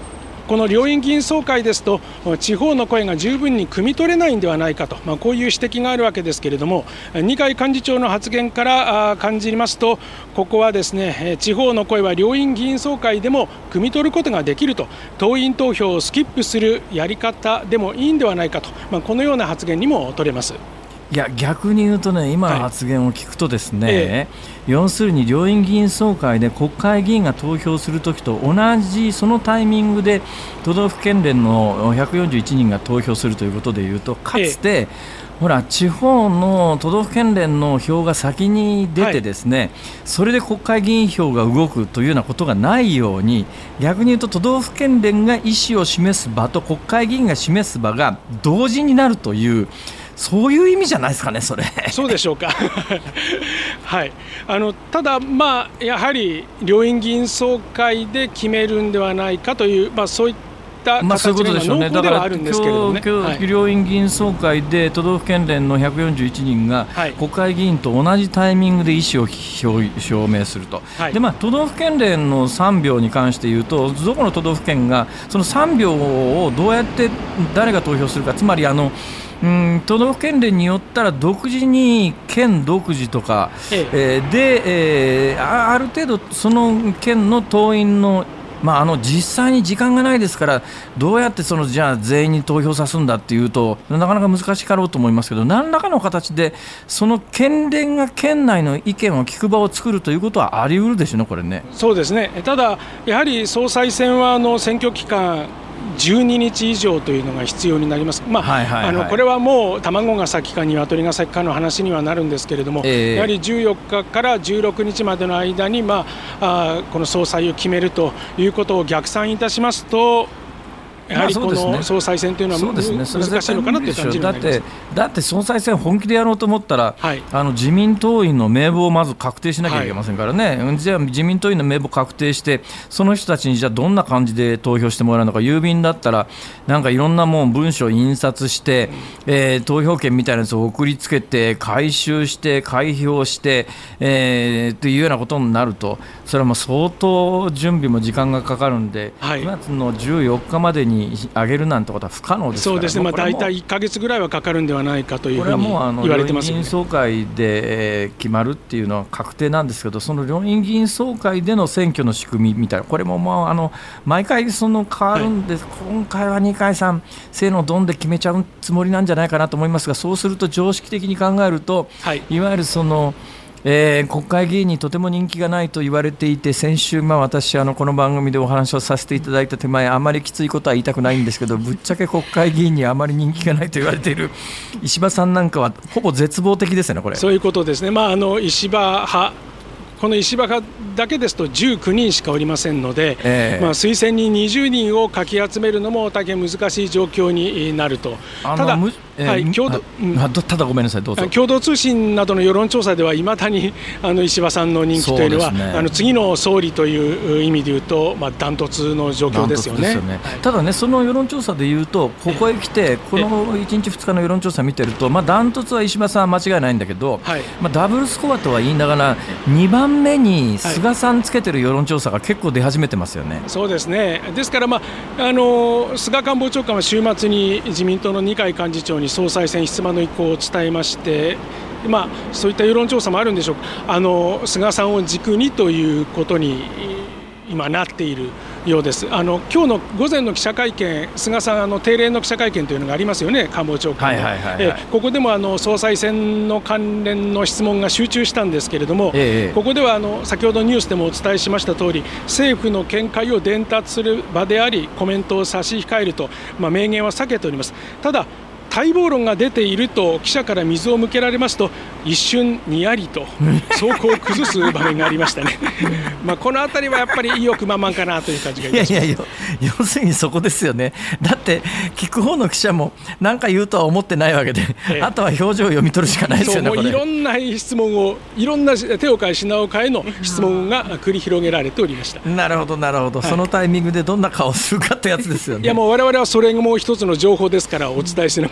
この両院議員総会ですと地方の声が十分に汲み取れないんではないかと、まあ、こういう指摘があるわけですけれども、二階幹事長の発言から感じますと、ここはですね、地方の声は両院議員総会でも汲み取ることができると、党員投票をスキップするやり方でもいいんではないかと、まあ、このような発言にも取れます。 いや逆に言うとね、今の発言を聞くとですね、はいええ、要するに両院議員総会で国会議員が投票するときと同じそのタイミングで都道府県連のひゃくよんじゅういちにんが投票するということでいうと、かつて、ええ、ほら地方の都道府県連の票が先に出てですね、はい、それで国会議員票が動くというようなことがないように、逆に言うと都道府県連が意思を示す場と国会議員が示す場が同時になるという、そういう意味じゃないですかね、それ。 そうでしょうか、はい、あのただ、まあ、やはり両院議員総会で決めるんではないかという、まあ、そういった形が濃厚ではあるんですけれどもね。 今日両院議員総会で都道府県連のひゃくよんじゅういちにんが国会議員と同じタイミングで意思を表明すると、はいでまあ、都道府県連のさん票に関して言うと、どこの都道府県がそのさん票をどうやって誰が投票するか、つまりあのうん都道府県連によったら独自に県独自とか、えええー、で、えー、あ, ある程度その県の党員のまあ、あの実際に時間がないですから、どうやってそのじゃあ全員に投票さすんだっていうとなかなか難しかろうと思いますけど、何らかの形でその県連が県内の意見を聞く場を作るということはあり得るでしょうね、これね。 そうですね。ただやはり総裁選はあの選挙期間じゅうににち以上というのが必要になります。まあはいはいはい、あのこれはもう卵が先か鶏が先かの話にはなるんですけれども、えー、やはりじゅうよっかからじゅうろくにちまでの間に、まあ、あこの総裁を決めるということを逆算いたしますと、やはりこの総裁選というのは難しいのかなという感じになります。 だって、だって総裁選本気でやろうと思ったら、はい、あの自民党員の名簿をまず確定しなきゃいけませんからね、はい、じゃあ自民党員の名簿確定して、その人たちにじゃあどんな感じで投票してもらうのか、郵便だったらなんかいろんなもん文書を印刷して、えー、投票券みたいなやつを送りつけて回収して開票して、えー、というようなことになると、それはもう相当準備も時間がかかるんで、はい、くがつのじゅうよっかまでに上げるなんてことは不可能ですから。 そうですね、まあ、大体いっかげつぐらいはかかるんではないかというふうに言われてますよね。 両院議員総会で決まるっていうのは確定なんですけど、その両院議員総会での選挙の仕組みみたいな、これももうあの毎回その変わるんです、はい、今回は二階さんせーのドンで決めちゃうつもりなんじゃないかなと思いますが、そうすると常識的に考えると、はい、いわゆるそのえー、国会議員にとても人気がないと言われていて、先週、まあ、私あのこの番組でお話をさせていただいた手前、あまりきついことは言いたくないんですけど、ぶっちゃけ国会議員にあまり人気がないと言われている石破さんなんかはほぼ絶望的ですよね、これ。 そういうことですね、まあ、あの石破派、この石破派だけですとじゅうきゅうにんしかおりませんので、えーまあ、推薦人にじゅうにんをかき集めるのも大変難しい状況になると。ただ、えーはい、共同あただごめんなさい、どうぞ。 共同通信などの世論調査ではいまだにあの石破さんの人気というのは、ね、あの次の総理という意味でいうと、まあ、ダントツの状況ですよね。 よね、はい、ただね、その世論調査でいうと、ここへ来てこのいちにちふつかの世論調査を見てると、まあ、ダントツは石破さんは間違いないんだけど、はいまあ、ダブルスコアとは言いながらにばんめに菅さんつけてる世論調査が結構出始めてますよね。はい、 そうですね。ですから、まあ、あの菅官房長官は週末に自民党の二階幹事長に総裁選出馬の意向を伝えまして、まあ、そういった世論調査もあるんでしょうか。あの菅さんを軸にということに今なっているようです。あの今日の午前の記者会見、菅さんあの定例の記者会見というのがありますよね、官房長官の。ここでもあの総裁選の関連の質問が集中したんですけれども、ええ、ここではあの先ほどニュースでもお伝えしました通り、政府の見解を伝達する場でありコメントを差し控えると、まあ、明言は避けております。ただ待望論が出ていると記者から水を向けられますと、一瞬にやりと走行を崩す場面がありましたね。まあこのあたりはやっぱり意欲満々かなという感じがいたします。 いやいや、要するにそこですよね。だって聞く方の記者も何か言うとは思ってないわけで、ええ、あとは表情を読み取るしかないですよね。 そう、もういろんな質問を、いろんな手を変え品を変えの質問が繰り広げられておりました。 なるほどなるほど、はい、そのタイミングでどんな顔をするかってやつですよね。 いやもう我々はそれも一つの情報ですからお伝えしなくて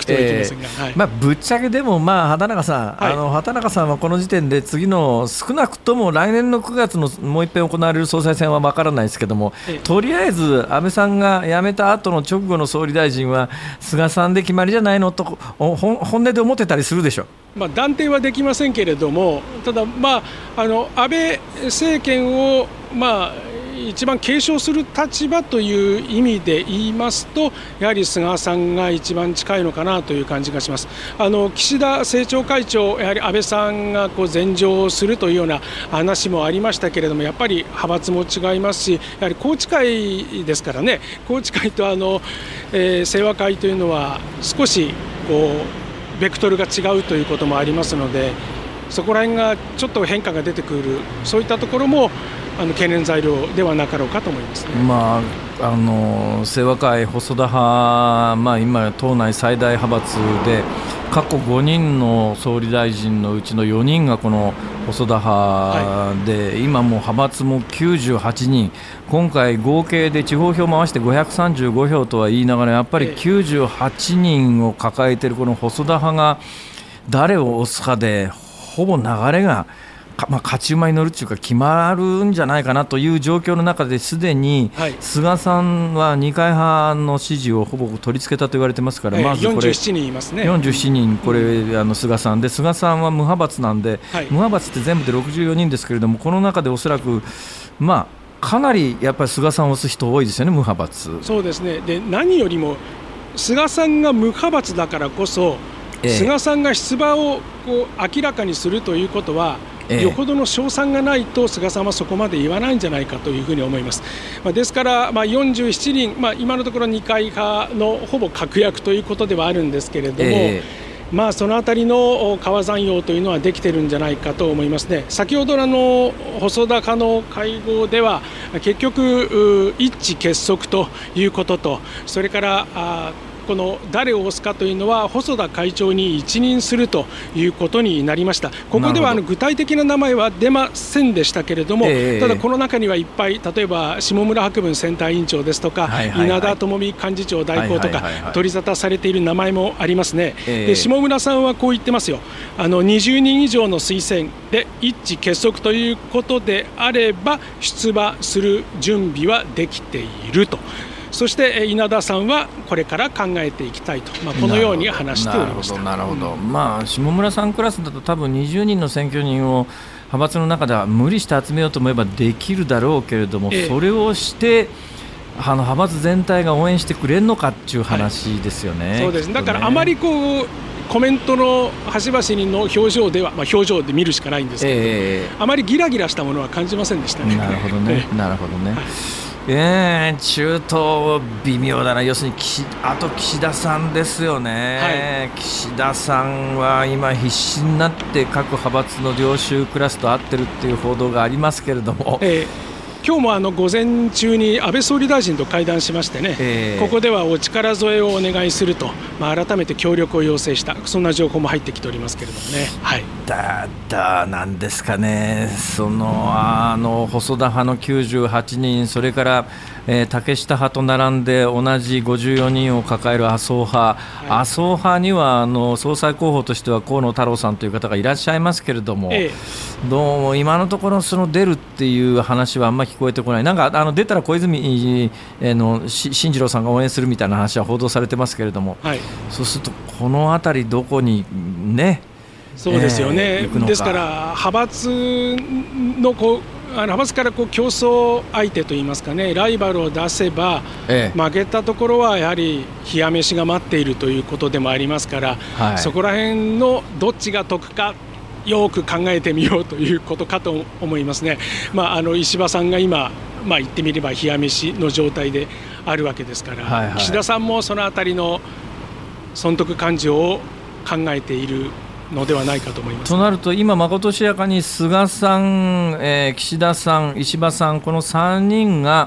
とはいきませんが、 えーはいまあ、ぶっちゃけでも、まあ、畑中さん、はい、あの畑中さんはこの時点で次の少なくとも来年のくがつのもう一遍行われる総裁選は分からないですけども、えー、とりあえず安倍さんが辞めた後の直後の総理大臣は菅さんで決まりじゃないのと本音で思ってたりするでしょ。 まあ、断定はできませんけれども、ただ、まあ、あの安倍政権を、まあ、一番継承する立場という意味で言いますと、やはり菅さんが一番近いのかなという感じがします。あの岸田政調会長、やはり安倍さんがこう前乗するというような話もありましたけれども、やっぱり派閥も違いますし、やはり宏池会ですからね、宏池会とあの、えー、清和会というのは少しこうベクトルが違うということもありますので、そこら辺がちょっと変化が出てくる、そういったところもあの懸念材料ではなかろうかと思いますね。 まあ、あの清和会細田派、まあ、今党内最大派閥で過去ごにんの総理大臣のうちのよにんがこの細田派で、はい、今もう派閥もきゅうじゅうはちにん、今回合計で地方票回してごひゃくさんじゅうごひょうとは言いながら、やっぱりきゅうじゅうはちにんを抱えているこの細田派が誰を推すかでほぼ流れがまあ、勝ち馬に乗るというか決まるんじゃないかなという状況の中で、すでに菅さんは二階派の支持をほぼ取り付けたと言われてますから、 えー、 まずこれよんじゅうななにんいますね。 よんじゅうななにん、これ、うん、あの菅さんで、菅さんは無派閥なんで、はい、無派閥って全部でろくじゅうよにんですけれども、この中でおそらく、まあ、かなりやっぱり菅さんを推す人多いですよね、無派閥。 そうですね。で、何よりも菅さんが無派閥だからこそ、えー、菅さんが出馬をこう明らかにするということは、よほどの勝算がないと菅さんはそこまで言わないんじゃないかというふうに思います。まあ、ですから、まあ、よんじゅうななにん、まあ、今のところ二階派のほぼ確約ということではあるんですけれども、えーまあ、そのあたりの川山用というのはできてるんじゃないかと思いますね。先ほどのあの細田派の会合では結局一致結束ということと、それからあこの誰を推すかというのは細田会長に一任するということになりました。ここではあの具体的な名前は出ませんでしたけれども、えー、ただこの中にはいっぱい、例えば下村博文選対委員長ですとか、はいはいはい、稲田朋美幹事長代行とか取り沙汰されている名前もありますね。えー、で下村さんはこう言ってますよ。あのにじゅうにん以上の推薦で一致結束ということであれば出馬する準備はできていると。そして稲田さんはこれから考えていきたいと、まあ、このように話しておりました。 なるほど、なるほど、まあ、下村さんクラスだと多分にじゅうにんの選挙人を派閥の中では無理して集めようと思えばできるだろうけれども、ええ、それをしてあの派閥全体が応援してくれるのかっていう話ですよね。 はい、そうです。だからあまりこうコメントの端々の表情では、まあ、表情で見るしかないんですけれども、えー、あまりギラギラしたものは感じませんでしたね。 なるほどね、なるほどね。はい、えー、中東微妙だな。要するに岸あと岸田さんですよね。はい、岸田さんは今必死になって各派閥の領袖クラスと会ってるっていう報道がありますけれども、えー今日もあの午前中に安倍総理大臣と会談しましてね、えー、ここではお力添えをお願いすると、まあ、改めて協力を要請した、そんな情報も入ってきておりますけれどもね。はい、 だだなんですかね、そのあの細田派のきゅうじゅうはちにん、それから、えー、竹下派と並んで同じごじゅうよにんを抱える麻生派、はい、麻生派にはあの総裁候補としては河野太郎さんという方がいらっしゃいますけれども、えー、どうも今のところその出るっていう話はあんまり聞こえてこない。なんかあの出たら小泉の進次郎さんが応援するみたいな話は報道されてますけれども、はい、そうするとこのあたりどこにね。 そうですよね。えー、ですから派閥のこうあの派閥からこう競争相手といいますかね、ライバルを出せば、ええ、負けたところはやはり冷や飯が待っているということでもありますから、はい、そこら辺のどっちが得かよく考えてみようということかと思いますね。まあ、あの石破さんが今、まあ、言ってみれば冷や飯の状態であるわけですから、はいはい、岸田さんもそのあたりの損得勘定を考えているのではないかと思います。 となると今まことしやかに菅さん、えー、岸田さん、石破さん、このさんにんが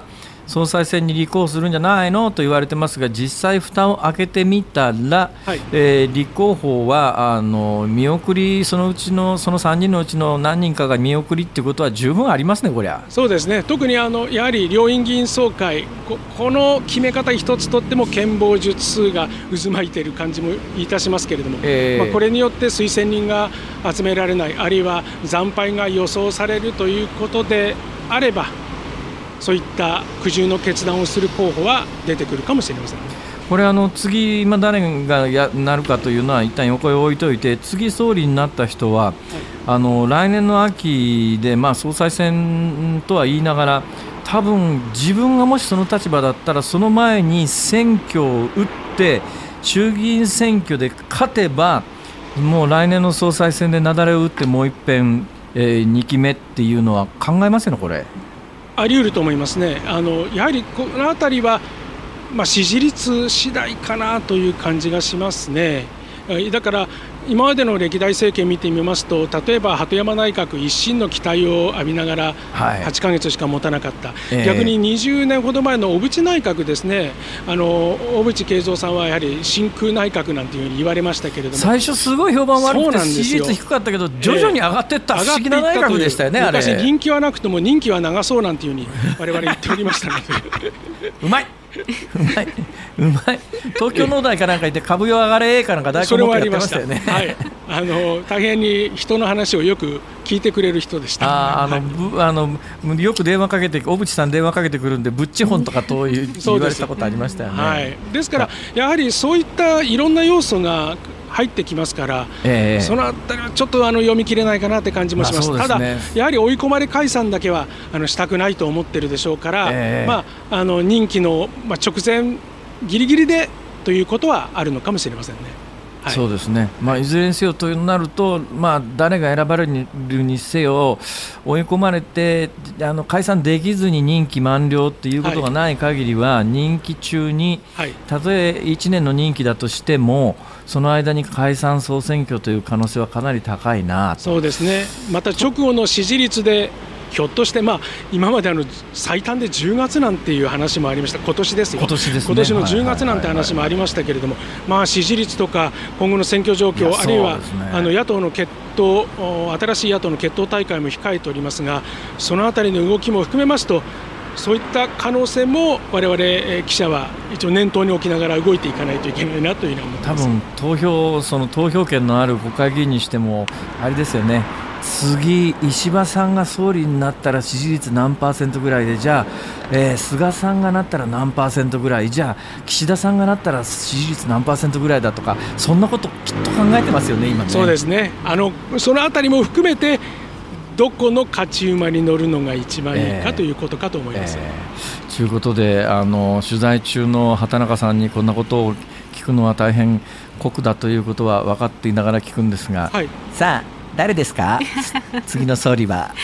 総裁選に立候補するんじゃないのと言われてますが、実際蓋を開けてみたら、はい、えー、立候補はあの見送り、そのうちのそのさんにんのうちの何人かが見送りっていうことは十分ありますね。こりゃそうですね。特にあのやはり両院議員総会 こ, この決め方一つとっても権謀術数が渦巻いている感じもいたしますけれども、えーまあ、これによって推薦人が集められない、あるいは惨敗が予想されるということであれば、そういった苦渋の決断をする候補は出てくるかもしれません。 これあの次、今誰がやなるかというのは一旦横へ置いといて、次総理になった人は、はい、あの来年の秋で、まあ、総裁選とは言いながら、多分自分がもしその立場だったら、その前に選挙を打って衆議院選挙で勝てば、もう来年の総裁選で雪崩を打ってもう一遍、えー、にきめっていうのは考えますよね。これあり得ると思いますね。あのやはりこのあたりは、まあ、支持率次第かなという感じがしますね。だから今までの歴代政権見てみますと、例えば鳩山内閣一身の期待を浴びながらはちかげつしか持たなかった、はい、逆ににじゅうねんほど前の小渕内閣ですね、あの小渕恵三さんはやはり真空内閣なんていうふうに言われましたけれども、 最初すごい評判悪くて支持率低かったけど、徐々に上がっていった不思議な内閣でしたよね。あれ昔人気はなくても任期は長そうなんていうふうに我々言っておりましたのでうまいうまいうまい東京農大かなんかいて株よ上がれかなんか大根持ってやってましたよね。 はい、あの大変に人の話をよく聞いてくれる人でした。 ああの、はい、あのよく電話かけて、小渕さん電話かけてくるんで、ぶっち本とかという言われたことありましたよね。 はい、ですからやはりそういったいろんな要素が入ってきますから、えー、そのあたりはちょっとあの読み切れないかなって感じもします。まあそうですね、ただやはり追い込まれ解散だけはあのしたくないと思ってるでしょうから、えーまあ、あの任期の、まあ、直前ギリギリでということはあるのかもしれませんね。はい、 そうですね、まあ、いずれにせよとなると、まあ、誰が選ばれるにせよ追い込まれてあの解散できずに任期満了ということがない限りは、はい、任期中に、はい、たとえいちねんの任期だとしてもその間に解散総選挙という可能性はかなり高いなと。 そうですね。また直後の支持率でひょっとして、まあ、今まであの最短でじゅうがつなんていう話もありました。今年ですよ。 今年ですね。 今年のじゅうがつなんて話もありましたけれども、まあ、支持率とか今後の選挙状況、あるいは、ね、あの野党の決闘、新しい野党の決闘大会も控えておりますが、そのあたりの動きも含めますと、そういった可能性も我々記者は一応念頭に置きながら動いていかないといけないなというふうに思ってます。 多分投票その投票権のある国会議員にしてもあれですよね。次、石破さんが総理になったら支持率何パーセントぐらいで、じゃあ、えー、菅さんがなったら何パーセントぐらい、じゃあ岸田さんがなったら支持率何パーセントぐらいだとか、そんなこときっと考えてますよね、今ね。 そうですね。あのそのあたりも含めてどこの勝ち馬に乗るのが一番いいか、えー、ということかと思います。と、 えー、いうことであの取材中の畑中さんにこんなことを聞くのは大変酷だということは分かっていながら聞くんですが、はい、さあ誰ですか次の総理は。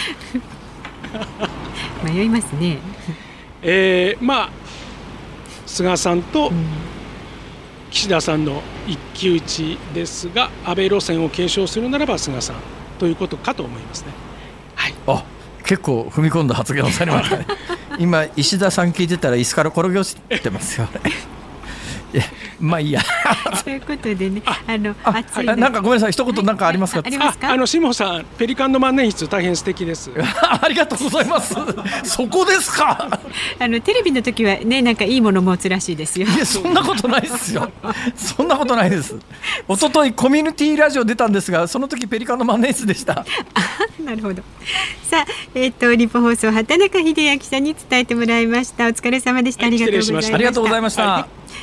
迷いますね。 えー、まあ菅さんと岸田さんの一騎打ちですが、安倍路線を継承するならば菅さんということかと思いますね。はい、 あ、結構踏み込んだ発言をされましたね。今石田さん聞いてたら椅子から転げ落ちてますよ。いや、まあいいや。 ということでね、あのあ暑いのなんかごめんなさい、一言なんかありますか。 ありますか。 ああの下さん、ペリカンの万年筆大変素敵です。 ありがとうございます。そこですか。 あのテレビの時はね、なんかいいもの持つらしいですよ。 いや、そんなことないですよ。そんなことないです。一昨日コミュニティラジオ出たんですが、その時ペリカンの万年筆でした。 あ、なるほど。さあ、えっと日本放送畑中秀明さんに伝えてもらいました。お疲れ様でした。ありがとうございました。 ありがとうございました。はい、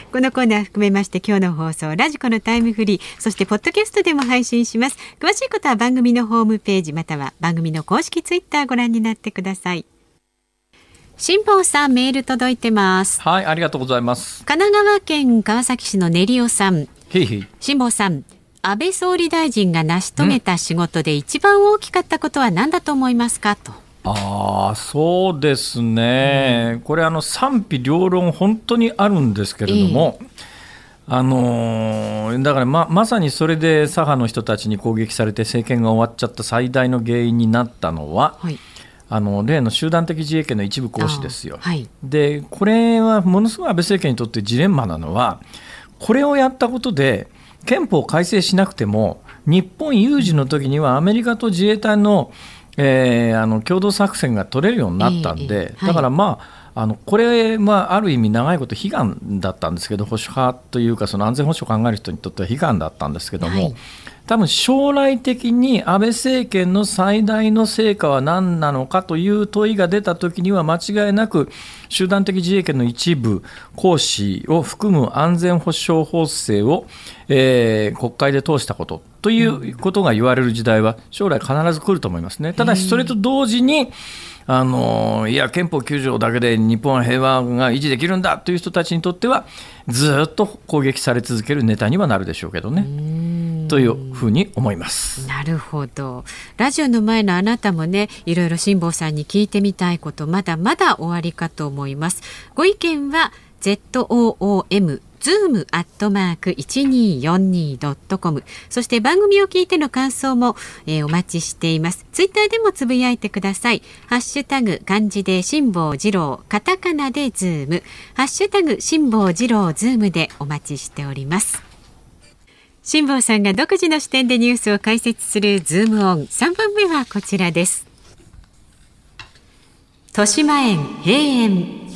このコーナー含めまして今日の放送ラジコのタイムフリー、そしてポッドキャストでも配信します。詳しいことは番組のホームページまたは番組の公式ツイッターご覧になってください。辛坊さん、メール届いてます。 はい、ありがとうございます。 神奈川県川崎市の練尾さん。 へいへい。 辛坊さん、安倍総理大臣が成し遂げた仕事で一番大きかったことは何だと思いますかと。 ああ、そうですね、うん、これあの賛否両論本当にあるんですけれども、えーあのー、だから ま, まさにそれで左派の人たちに攻撃されて政権が終わっちゃった最大の原因になったのは、はい、 あの例の集団的自衛権の一部行使ですよ、 はい、 でこれはものすごい安倍政権にとってジレンマなのは、これをやったことで憲法改正しなくても日本有事の時にはアメリカと自衛隊の、えー、あの共同作戦が取れるようになったんで、えーはい、だからまああのこれはある意味長いこと悲願だったんですけど、保守派というかその安全保障を考える人にとっては悲願だったんですけども、はい、多分将来的に安倍政権の最大の成果は何なのかという問いが出たときには間違いなく集団的自衛権の一部行使を含む安全保障法制を、えー、国会で通したことということが言われる時代は将来必ず来ると思いますね。ただしそれと同時にあのいや憲法きゅう条だけで日本は平和が維持できるんだという人たちにとってはずっと攻撃され続けるネタにはなるでしょうけどねというふうに思います。 なるほど。ラジオの前のあなたもね、いろいろ辛坊さんに聞いてみたいことまだまだおありかと思います。ご意見は ズームズーム アットマーク いちにーよんにー ドットコム、 そして番組を聞いての感想も、えー、お待ちしています。ツイッターでもつぶやいてください。ハッシュタグ漢字で辛坊治郎、カタカナでズーム、ハッシュタグ辛坊治郎ズームでお待ちしております。辛坊さんが独自の視点でニュースを解説するズームオン、さんぶんめはこちらです。豊島園閉園。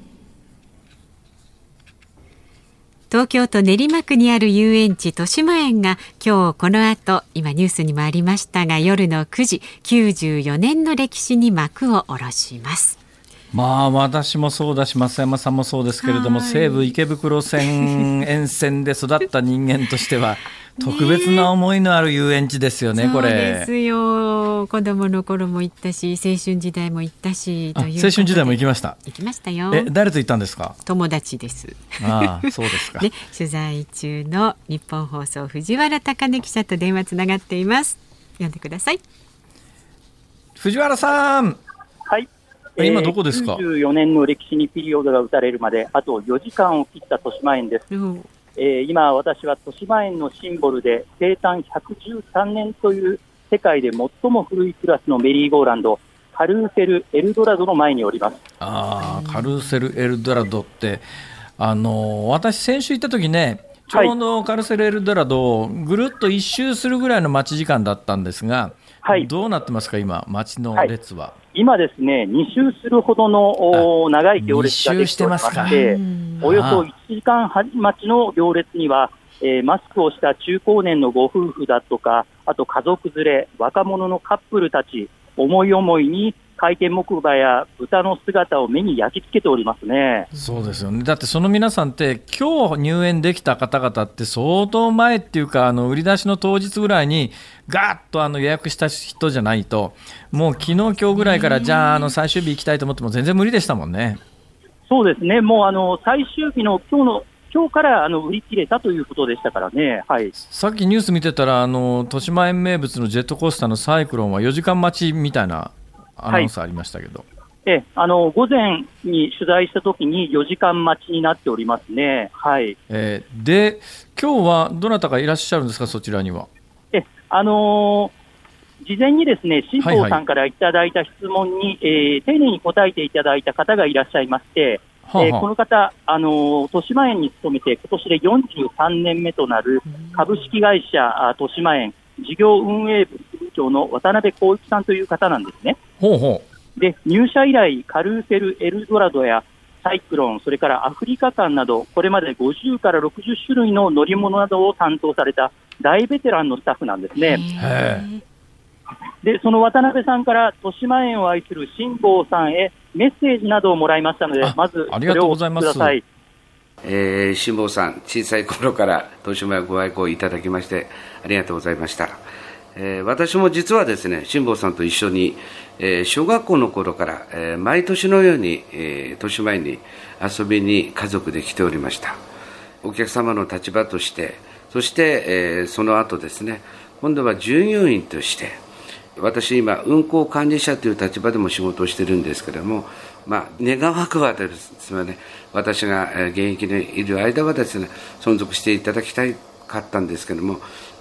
東京都練馬区にある遊園地豊島園が今日この後、今ニュースにもありましたが夜のくじ、きゅうじゅうよねんの歴史に幕を下ろします。 まあ私もそうだし増山さんもそうですけれども、西武池袋線沿線で育った人間としては特別な思いのある遊園地ですよね。これそうですよ。子供の頃も行ったし青春時代も行ったしという青春時代も行きました。 行きましたよ。 え誰と行ったんですか？ 友達です。 ああそうですか、 ね、取材中の日本放送藤原貴音記者と電話つながっています。読んでください。 藤原さん。 はい、 今どこですか？ きゅうじゅうよねんの歴史にピリオドが打たれるまであとよじかんを切った豊島園です。うんえー、今私は豊島園のシンボルで生誕ひゃくじゅうさんねんという世界で最も古いクラスのメリーゴーランド、カルーセルエルドラドの前におります。 あカルーセルエルドラドってあの私先週行った時ね、ちょうどカルーセルエルドラドをぐるっと一周するぐらいの待ち時間だったんですが、はい、どうなってますか今待ちの列は？はい、 今ですねに周するほどの長い行列ができておりまして、およそいちじかんはん待ちの行列には、えー、マスクをした中高年のご夫婦だとか、あと家族連れ、若者のカップルたち、思い思いに回転木馬や豚の姿を目に焼き付けておりますね。 そうですよね。だってその皆さんって今日入園できた方々って相当前っていうか、あの売り出しの当日ぐらいにガーッとあの予約した人じゃないと、もう昨日今日ぐらいからじゃあ、あの最終日行きたいと思っても全然無理でしたもんね。 そうですね。もうあの最終日の今日の今日からあの売り切れたということでしたからね。はい、 さっきニュース見てたらあの豊島園名物のジェットコースターのサイクロンはよじかん待ちみたいなアナウンスありましたけど、 はい、えあの午前に取材したときによじかん待ちになっておりますね。はいえー、で今日はどなたかいらっしゃるんですか、そちらには？ えあのー、事前にですね辛坊さんからいただいた質問に、はいはいえー、丁寧に答えていただいた方がいらっしゃいまして、はあはあえー、この方、あのー、豊島園に勤めて今年でよんじゅうさんねんめとなる株式会社豊島園事業運営部長の渡辺光一さんという方なんですね。 ほうほう。 で入社以来カルーセルエルドラドやサイクロン、それからアフリカ館などこれまでごじゅうからろくじゅっしゅるいの乗り物などを担当された大ベテランのスタッフなんですね。 へでその渡辺さんから豊島園を愛する辛坊さんへメッセージなどをもらいましたので、まずそれをお聞きください。 えー、辛坊さん、小さい頃から豊島園ご愛顧いただきましてありがとうございました。えー、私も実はですね辛坊さんと一緒に、えー、小学校の頃から、えー、毎年のように、えー、豊島園に遊びに家族で来ておりました。お客様の立場として、そして、えー、その後ですね今度は従業員として、私今運行管理者という立場でも仕事をしているんですけれども、まあ、願わくはですね私が現役にいる間はですね存続していただきたかったんですけれども、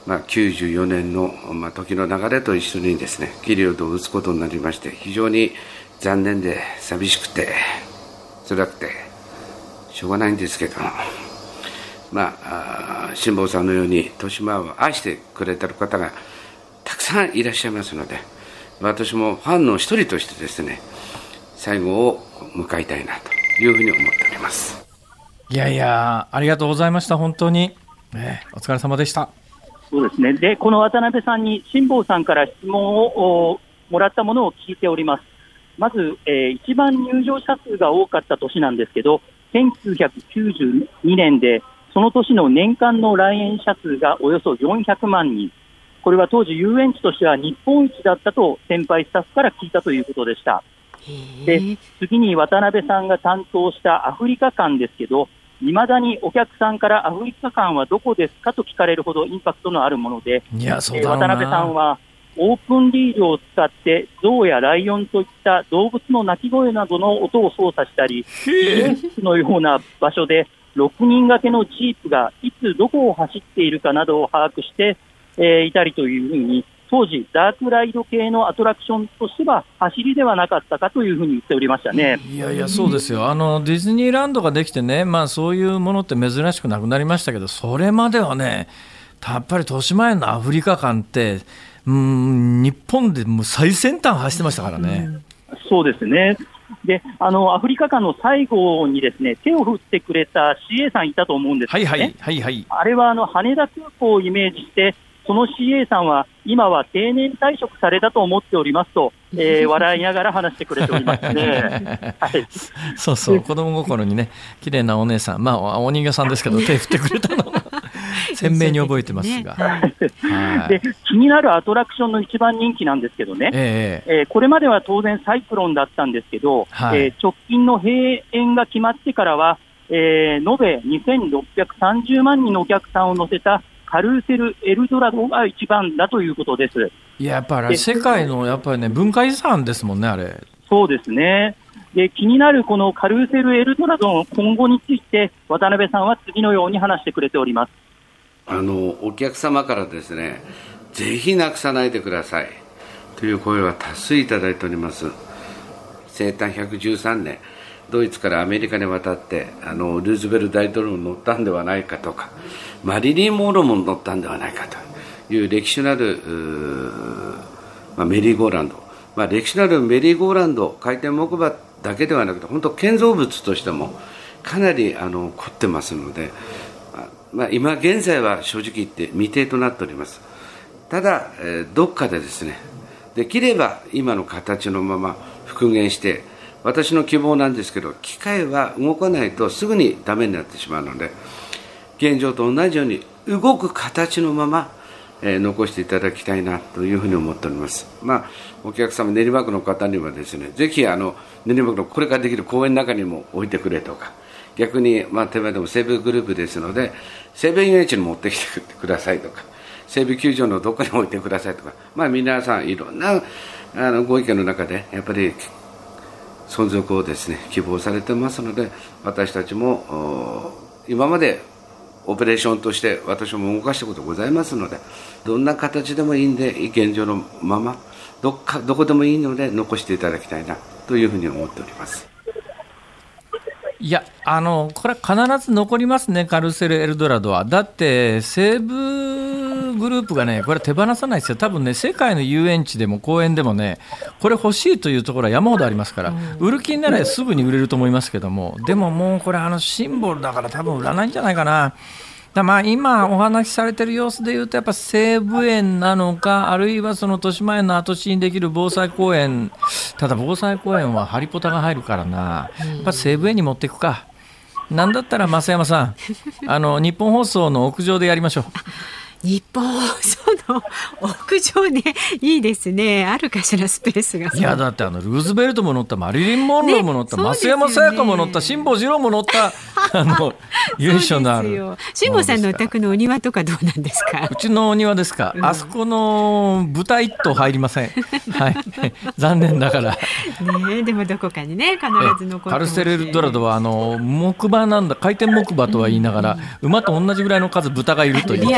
まあ、きゅうじゅうよねんの、まあ、時の流れと一緒にですね、ピリオドを打つことになりまして、非常に残念で寂しくて辛くてしょうがないんですけど、まあ、辛坊さんのように豊島を愛してくれている方がたくさんいらっしゃいますので、私もファンの一人としてですね、最後を迎えたいなというふうに思っております。 いやいや、ありがとうございました。本当に、えー、お疲れ様でした。 そうですね。で、この渡辺さんに辛坊さんから質問をもらったものを聞いております。まず、えー、一番入場者数が多かった年なんですけど、せんきゅうひゃくきゅうじゅうにねんで、その年の年間の来園者数がおよそよんひゃくまんにん。これは当時遊園地としては日本一だったと先輩スタッフから聞いたということでした。で、次に渡辺さんが担当したアフリカ館ですけど、いまだにお客さんからアフリカ館はどこですかと聞かれるほどインパクトのあるもので、 いや、そうだろうな。 渡辺さんはオープンリールを使って象やライオンといった動物の鳴き声などの音を操作したり、レースのような場所でろくにん掛けのジープがいつどこを走っているかなどを把握して、えー、いたりというふうに、当時ダークライド系のアトラクションとしては走りではなかったかというふうに言っておりましたね。 いやいや、そうですよ。あのディズニーランドができてね、まあ、そういうものって珍しくなくなりましたけど、それまではね、やっぱり豊島園のアフリカ館ってうーん日本でもう最先端走ってましたからね。 うん、そうですね。で、あのアフリカ館の最後にですね、手を振ってくれた シーエー さんいたと思うんですよね。 はいはいはいはい。 あれはあの羽田空港をイメージして、その シーエー さんは今は定年退職されたと思っておりますと、えー、笑いながら話してくれておりますね。はい、 そうそう、子供心にね、綺麗なお姉さん、まあお人形さんですけど手振ってくれたの鮮明に覚えてますが、 で、気になるアトラクションの一番人気なんですけどね、えーえー、これまでは当然サイクロンだったんですけど、はい、えー、直近の閉園が決まってからは、えー、延べにせんろっぴゃくさんじゅうまんにんのお客さんを乗せたカルーセルエルドラドが一番だということです。 いや、やっぱり世界のやっぱり、ね、文化遺産ですもんね、あれ。 そうですね。で、気になるこのカルーセルエルドラドの今後について、渡辺さんは次のように話してくれております。 あのお客様からですね、ぜひなくさないでくださいという声は多数いただいております。生誕ひゃくじゅうさんねん、ドイツからアメリカに渡ってあのルーズベル大統領も乗ったんではないかとか、マリリン・モンローも乗ったんではないかという歴史のある、まあ、メリーゴーランド、まあ、歴史のあるメリーゴーランド、回転木馬だけではなくて本当建造物としてもかなりあの凝ってますので、まあ、今現在は正直言って未定となっております。ただ、えー、どっかでですね、できれば今の形のまま復元して、私の希望なんですけど、機械は動かないとすぐにダメになってしまうので、現状と同じように動く形のまま、えー、残していただきたいなというふうに思っております。まあ、お客様、練馬区の方にはですね、ぜひあの練馬区のこれからできる公園の中にも置いてくれとか、逆に、まあ、手前でも西武グループですので、西武遊園地に持ってきてくださいとか、西武球場のどこに置いてくださいとか、まあ、皆さんいろんなあのご意見の中でやっぱり存続をですね希望されてますので、私たちも今までオペレーションとして私も動かしたことございますので、どんな形でもいいんで現状のままどっかどこでもいいので残していただきたいなというふうに思っております。 いや、あのこれは必ず残りますね、カルーセルエルドラドは。だって西武グループがね、これ手放さないですよ。多分ね、世界の遊園地でも公園でもね、これ欲しいというところは山ほどありますから、売る気になればすぐに売れると思いますけども、でももうこれあのシンボルだから多分売らないんじゃないかな。だまあ今お話しされている様子でいうと、やっぱ西武園なのか、あるいはその豊島園の跡地にできる防災公園。ただ防災公園はハリポタが入るからな、やっぱ西武園に持っていくか。なんだったら増山さん、あの日本放送の屋上でやりましょう。 日本放送の屋上ね、いいですね。あるかしらスペースが。 いや、だってあのルーズベルトも乗った、マリリン・モンローも乗った、ね、増山さやかも乗った、辛坊治郎も乗ったあの由緒のある。 辛坊さんのお宅のお庭とかどうなんですか。 うちのお庭ですか、うん、あそこの豚一頭入りません、はい、残念ながらね。でもどこかにね、必ず残ってカルセルエルドラドはあの木馬なんだ、回転木馬とは言いながら、うん、馬と同じぐらいの数豚がいるという、ね、 リアルな豚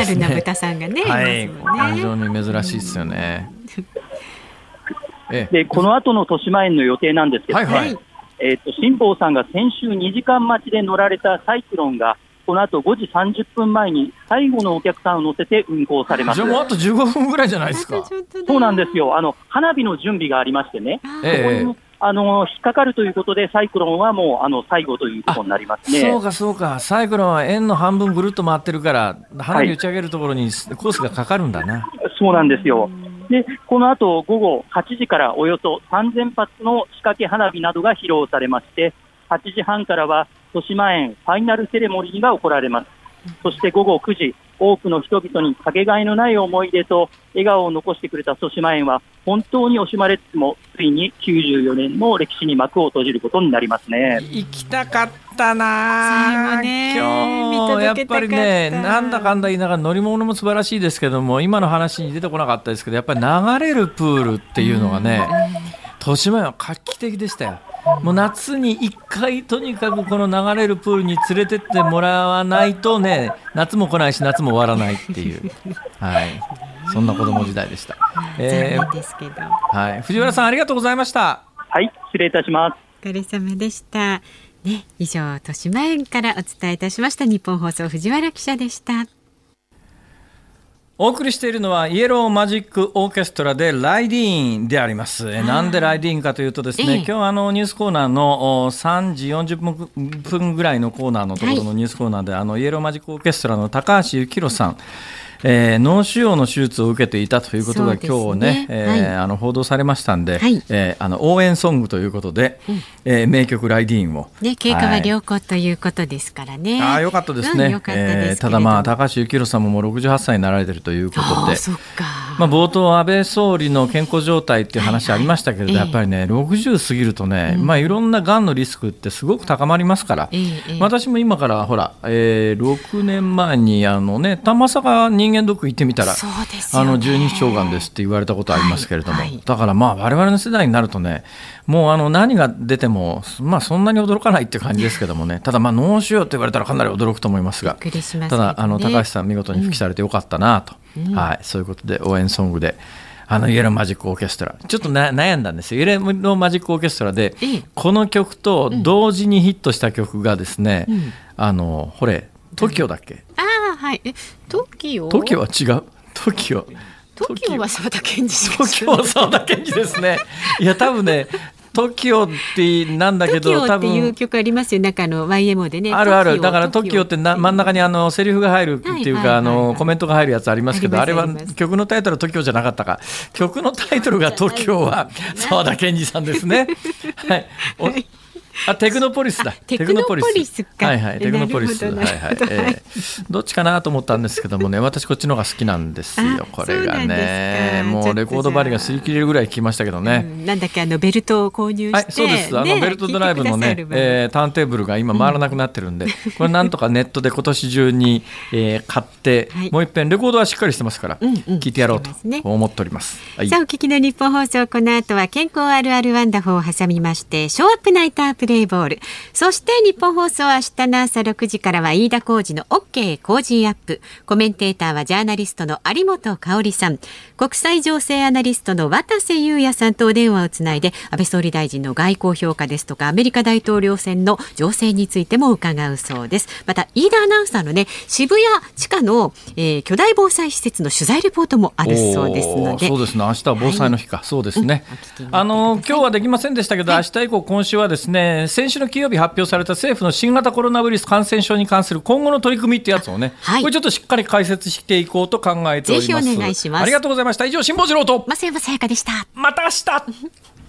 田さんがね、 はい、 いますもんね。 非常に珍しいですよね。 ええ、でこの後の豊島園の予定なんですけど、ね、はいはい、えー、と辛坊さんが先週にじかん待ちで乗られたサイクロンがこの後ごじさんじゅっぷんまえに最後のお客さんを乗せて運行されます。 じゃあもうあとじゅうごふんぐらいじゃないですか。 そうなんですよ。あの花火の準備がありましてね、そこにあの引っかかるということでサイクロンはもうあの最後ということになりますね。 そうかそうか、サイクロンは円の半分ぐるっと回ってるから花火打ち上げるところにコースがかかるんだな、はい、 そうなんですよ。でこの後午後はちじからおよそさんぜんぱつの仕掛け花火などが披露されまして、はちじはんからは豊島園ファイナルセレモニーが行われます。そして午後くじ、多くの人々にかけがえのない思い出と笑顔を残してくれた豊島園は本当に惜しまれつつもついにきゅうじゅうよねんの歴史に幕を閉じることになりますね。 行きたかったな、ね、今日やっぱりね、なんだかんだ言いながら乗り物も素晴らしいですけども、今の話に出てこなかったですけど、やっぱり流れるプールっていうのがね、豊島園は画期的でしたよ。もう夏にいっかいとにかくこの流れるプールに連れてってもらわないとね、夏も来ないし夏も終わらないっていう、はい、そんな子供時代でした。 えー、残念ですけど、 はい、藤原さんありがとうございました。 はい、失礼いたします。 お疲れ様でした、ね、以上豊島園からお伝えいたしました。日本放送藤原記者でした。 お送りしているのはイエローマジックオーケストラでライディーンであります。えなんでライディーンかというとですね、ええ、今日あのニュースコーナーのさんじよんじゅっぷんぐらいのコーナーのところのニュースコーナーで、はい、あのイエローマジックオーケストラの高橋幸宏さん、えー、脳腫瘍の手術を受けていたということが今日ね、えーはい、あの報道されましたんで、はい、えー、あの応援ソングということで、うん、えー、名曲ライディーンを、 ね、経過は良好ということですからね、 はい、あ、よかったですね、うん、よかったです、えー、ただまあ高橋幸宏さんももうろくじゅうはっさいになられているということで、 そっか、 まあ、冒頭安倍総理の健康状態っていう話ありましたけれど、はいはい、やっぱりねろくじゅう過ぎるとね、うん、まあ、いろんながんのリスクってすごく高まりますから、えー、私も今からほら、えー、ろくねんまえにあのね玉坂人間ドック行ってみたら、 そうですよね、 あの十二指腸がんですって言われたことありますけれども、はいはい、だからまあ我々の世代になるとね、もうあの何が出ても、まあ、そんなに驚かないっていう感じですけどもね、ただまあ脳腫瘍って言われたらかなり驚くと思いますが、 びっくりしますけどね、 ただあの高橋さん見事に復帰されてよかったなと、うん、はい、そういうことで応援ソングであのイエローマジックオーケストラちょっとな悩んだんですよ。イエローマジックオーケストラでこの曲と同時にヒットした曲がですね、うん、あのほれ トキオ だっけ、 あ、はい、え トキオトキオ は違う、トキオトキオは沢田研二、 トキオは沢田研二ですね。いや多分ねトキオってなんだけど、 トキオっていう曲ありますよ、なんかあの ワイエムオー でね、 あるある、だからトキオってな真ん中にあのセリフが入るっていうか、あのコメントが入るやつありますけど、あれは曲のタイトルはトキオじゃなかったか、曲のタイトルがトキオは沢田研二さんですね。はい、あ、テクノポリスだ。 テクノポリスか。 はいはい、テクノポリス。はいはい、えー。どっちかなと思ったんですけどもね、私こっちの方が好きなんですよ。これがね、もうレコード針が擦り切れるぐらい聞きましたけどね。 うん、なんだっけ、あのベルトを購入して、はい、 そうです。あの、ね、ベルトドライブのね、えー、ターンテーブルが今回らなくなってるんで、うん、これなんとかネットで今年中に、えー、買って、はい、もう一遍レコードはしっかりしてますから、うんうん、聞いてやろうと思っております。はい、 さあお聞きの日本放送、この後は健康あるあるワンダフォーを挟みまして、ショーアップナイタープレイボール。そして日本放送、明日の朝ろくじからは飯田浩司の OK 工事アップ。コメンテーターはジャーナリストの有本香里さん、国際情勢アナリストの渡瀬裕也さんとお電話をつないで、安倍総理大臣の外交評価ですとかアメリカ大統領選の情勢についても伺うそうです。また飯田アナウンサーのね、渋谷地下の、えー、巨大防災施設の取材レポートもあるそうですので、 そうですね、明日は防災の日か、はい、そうですね、うん、あの今日はできませんでしたけど、はい、明日以降今週はですね、先週の金曜日発表された政府の新型コロナウイルス感染症に関する今後の取り組みってやつをね、はい、これちょっとしっかり解説していこうと考えております。 ぜひお願いします。 ありがとうございました。以上辛坊治郎と増山さやかでした。 また明日。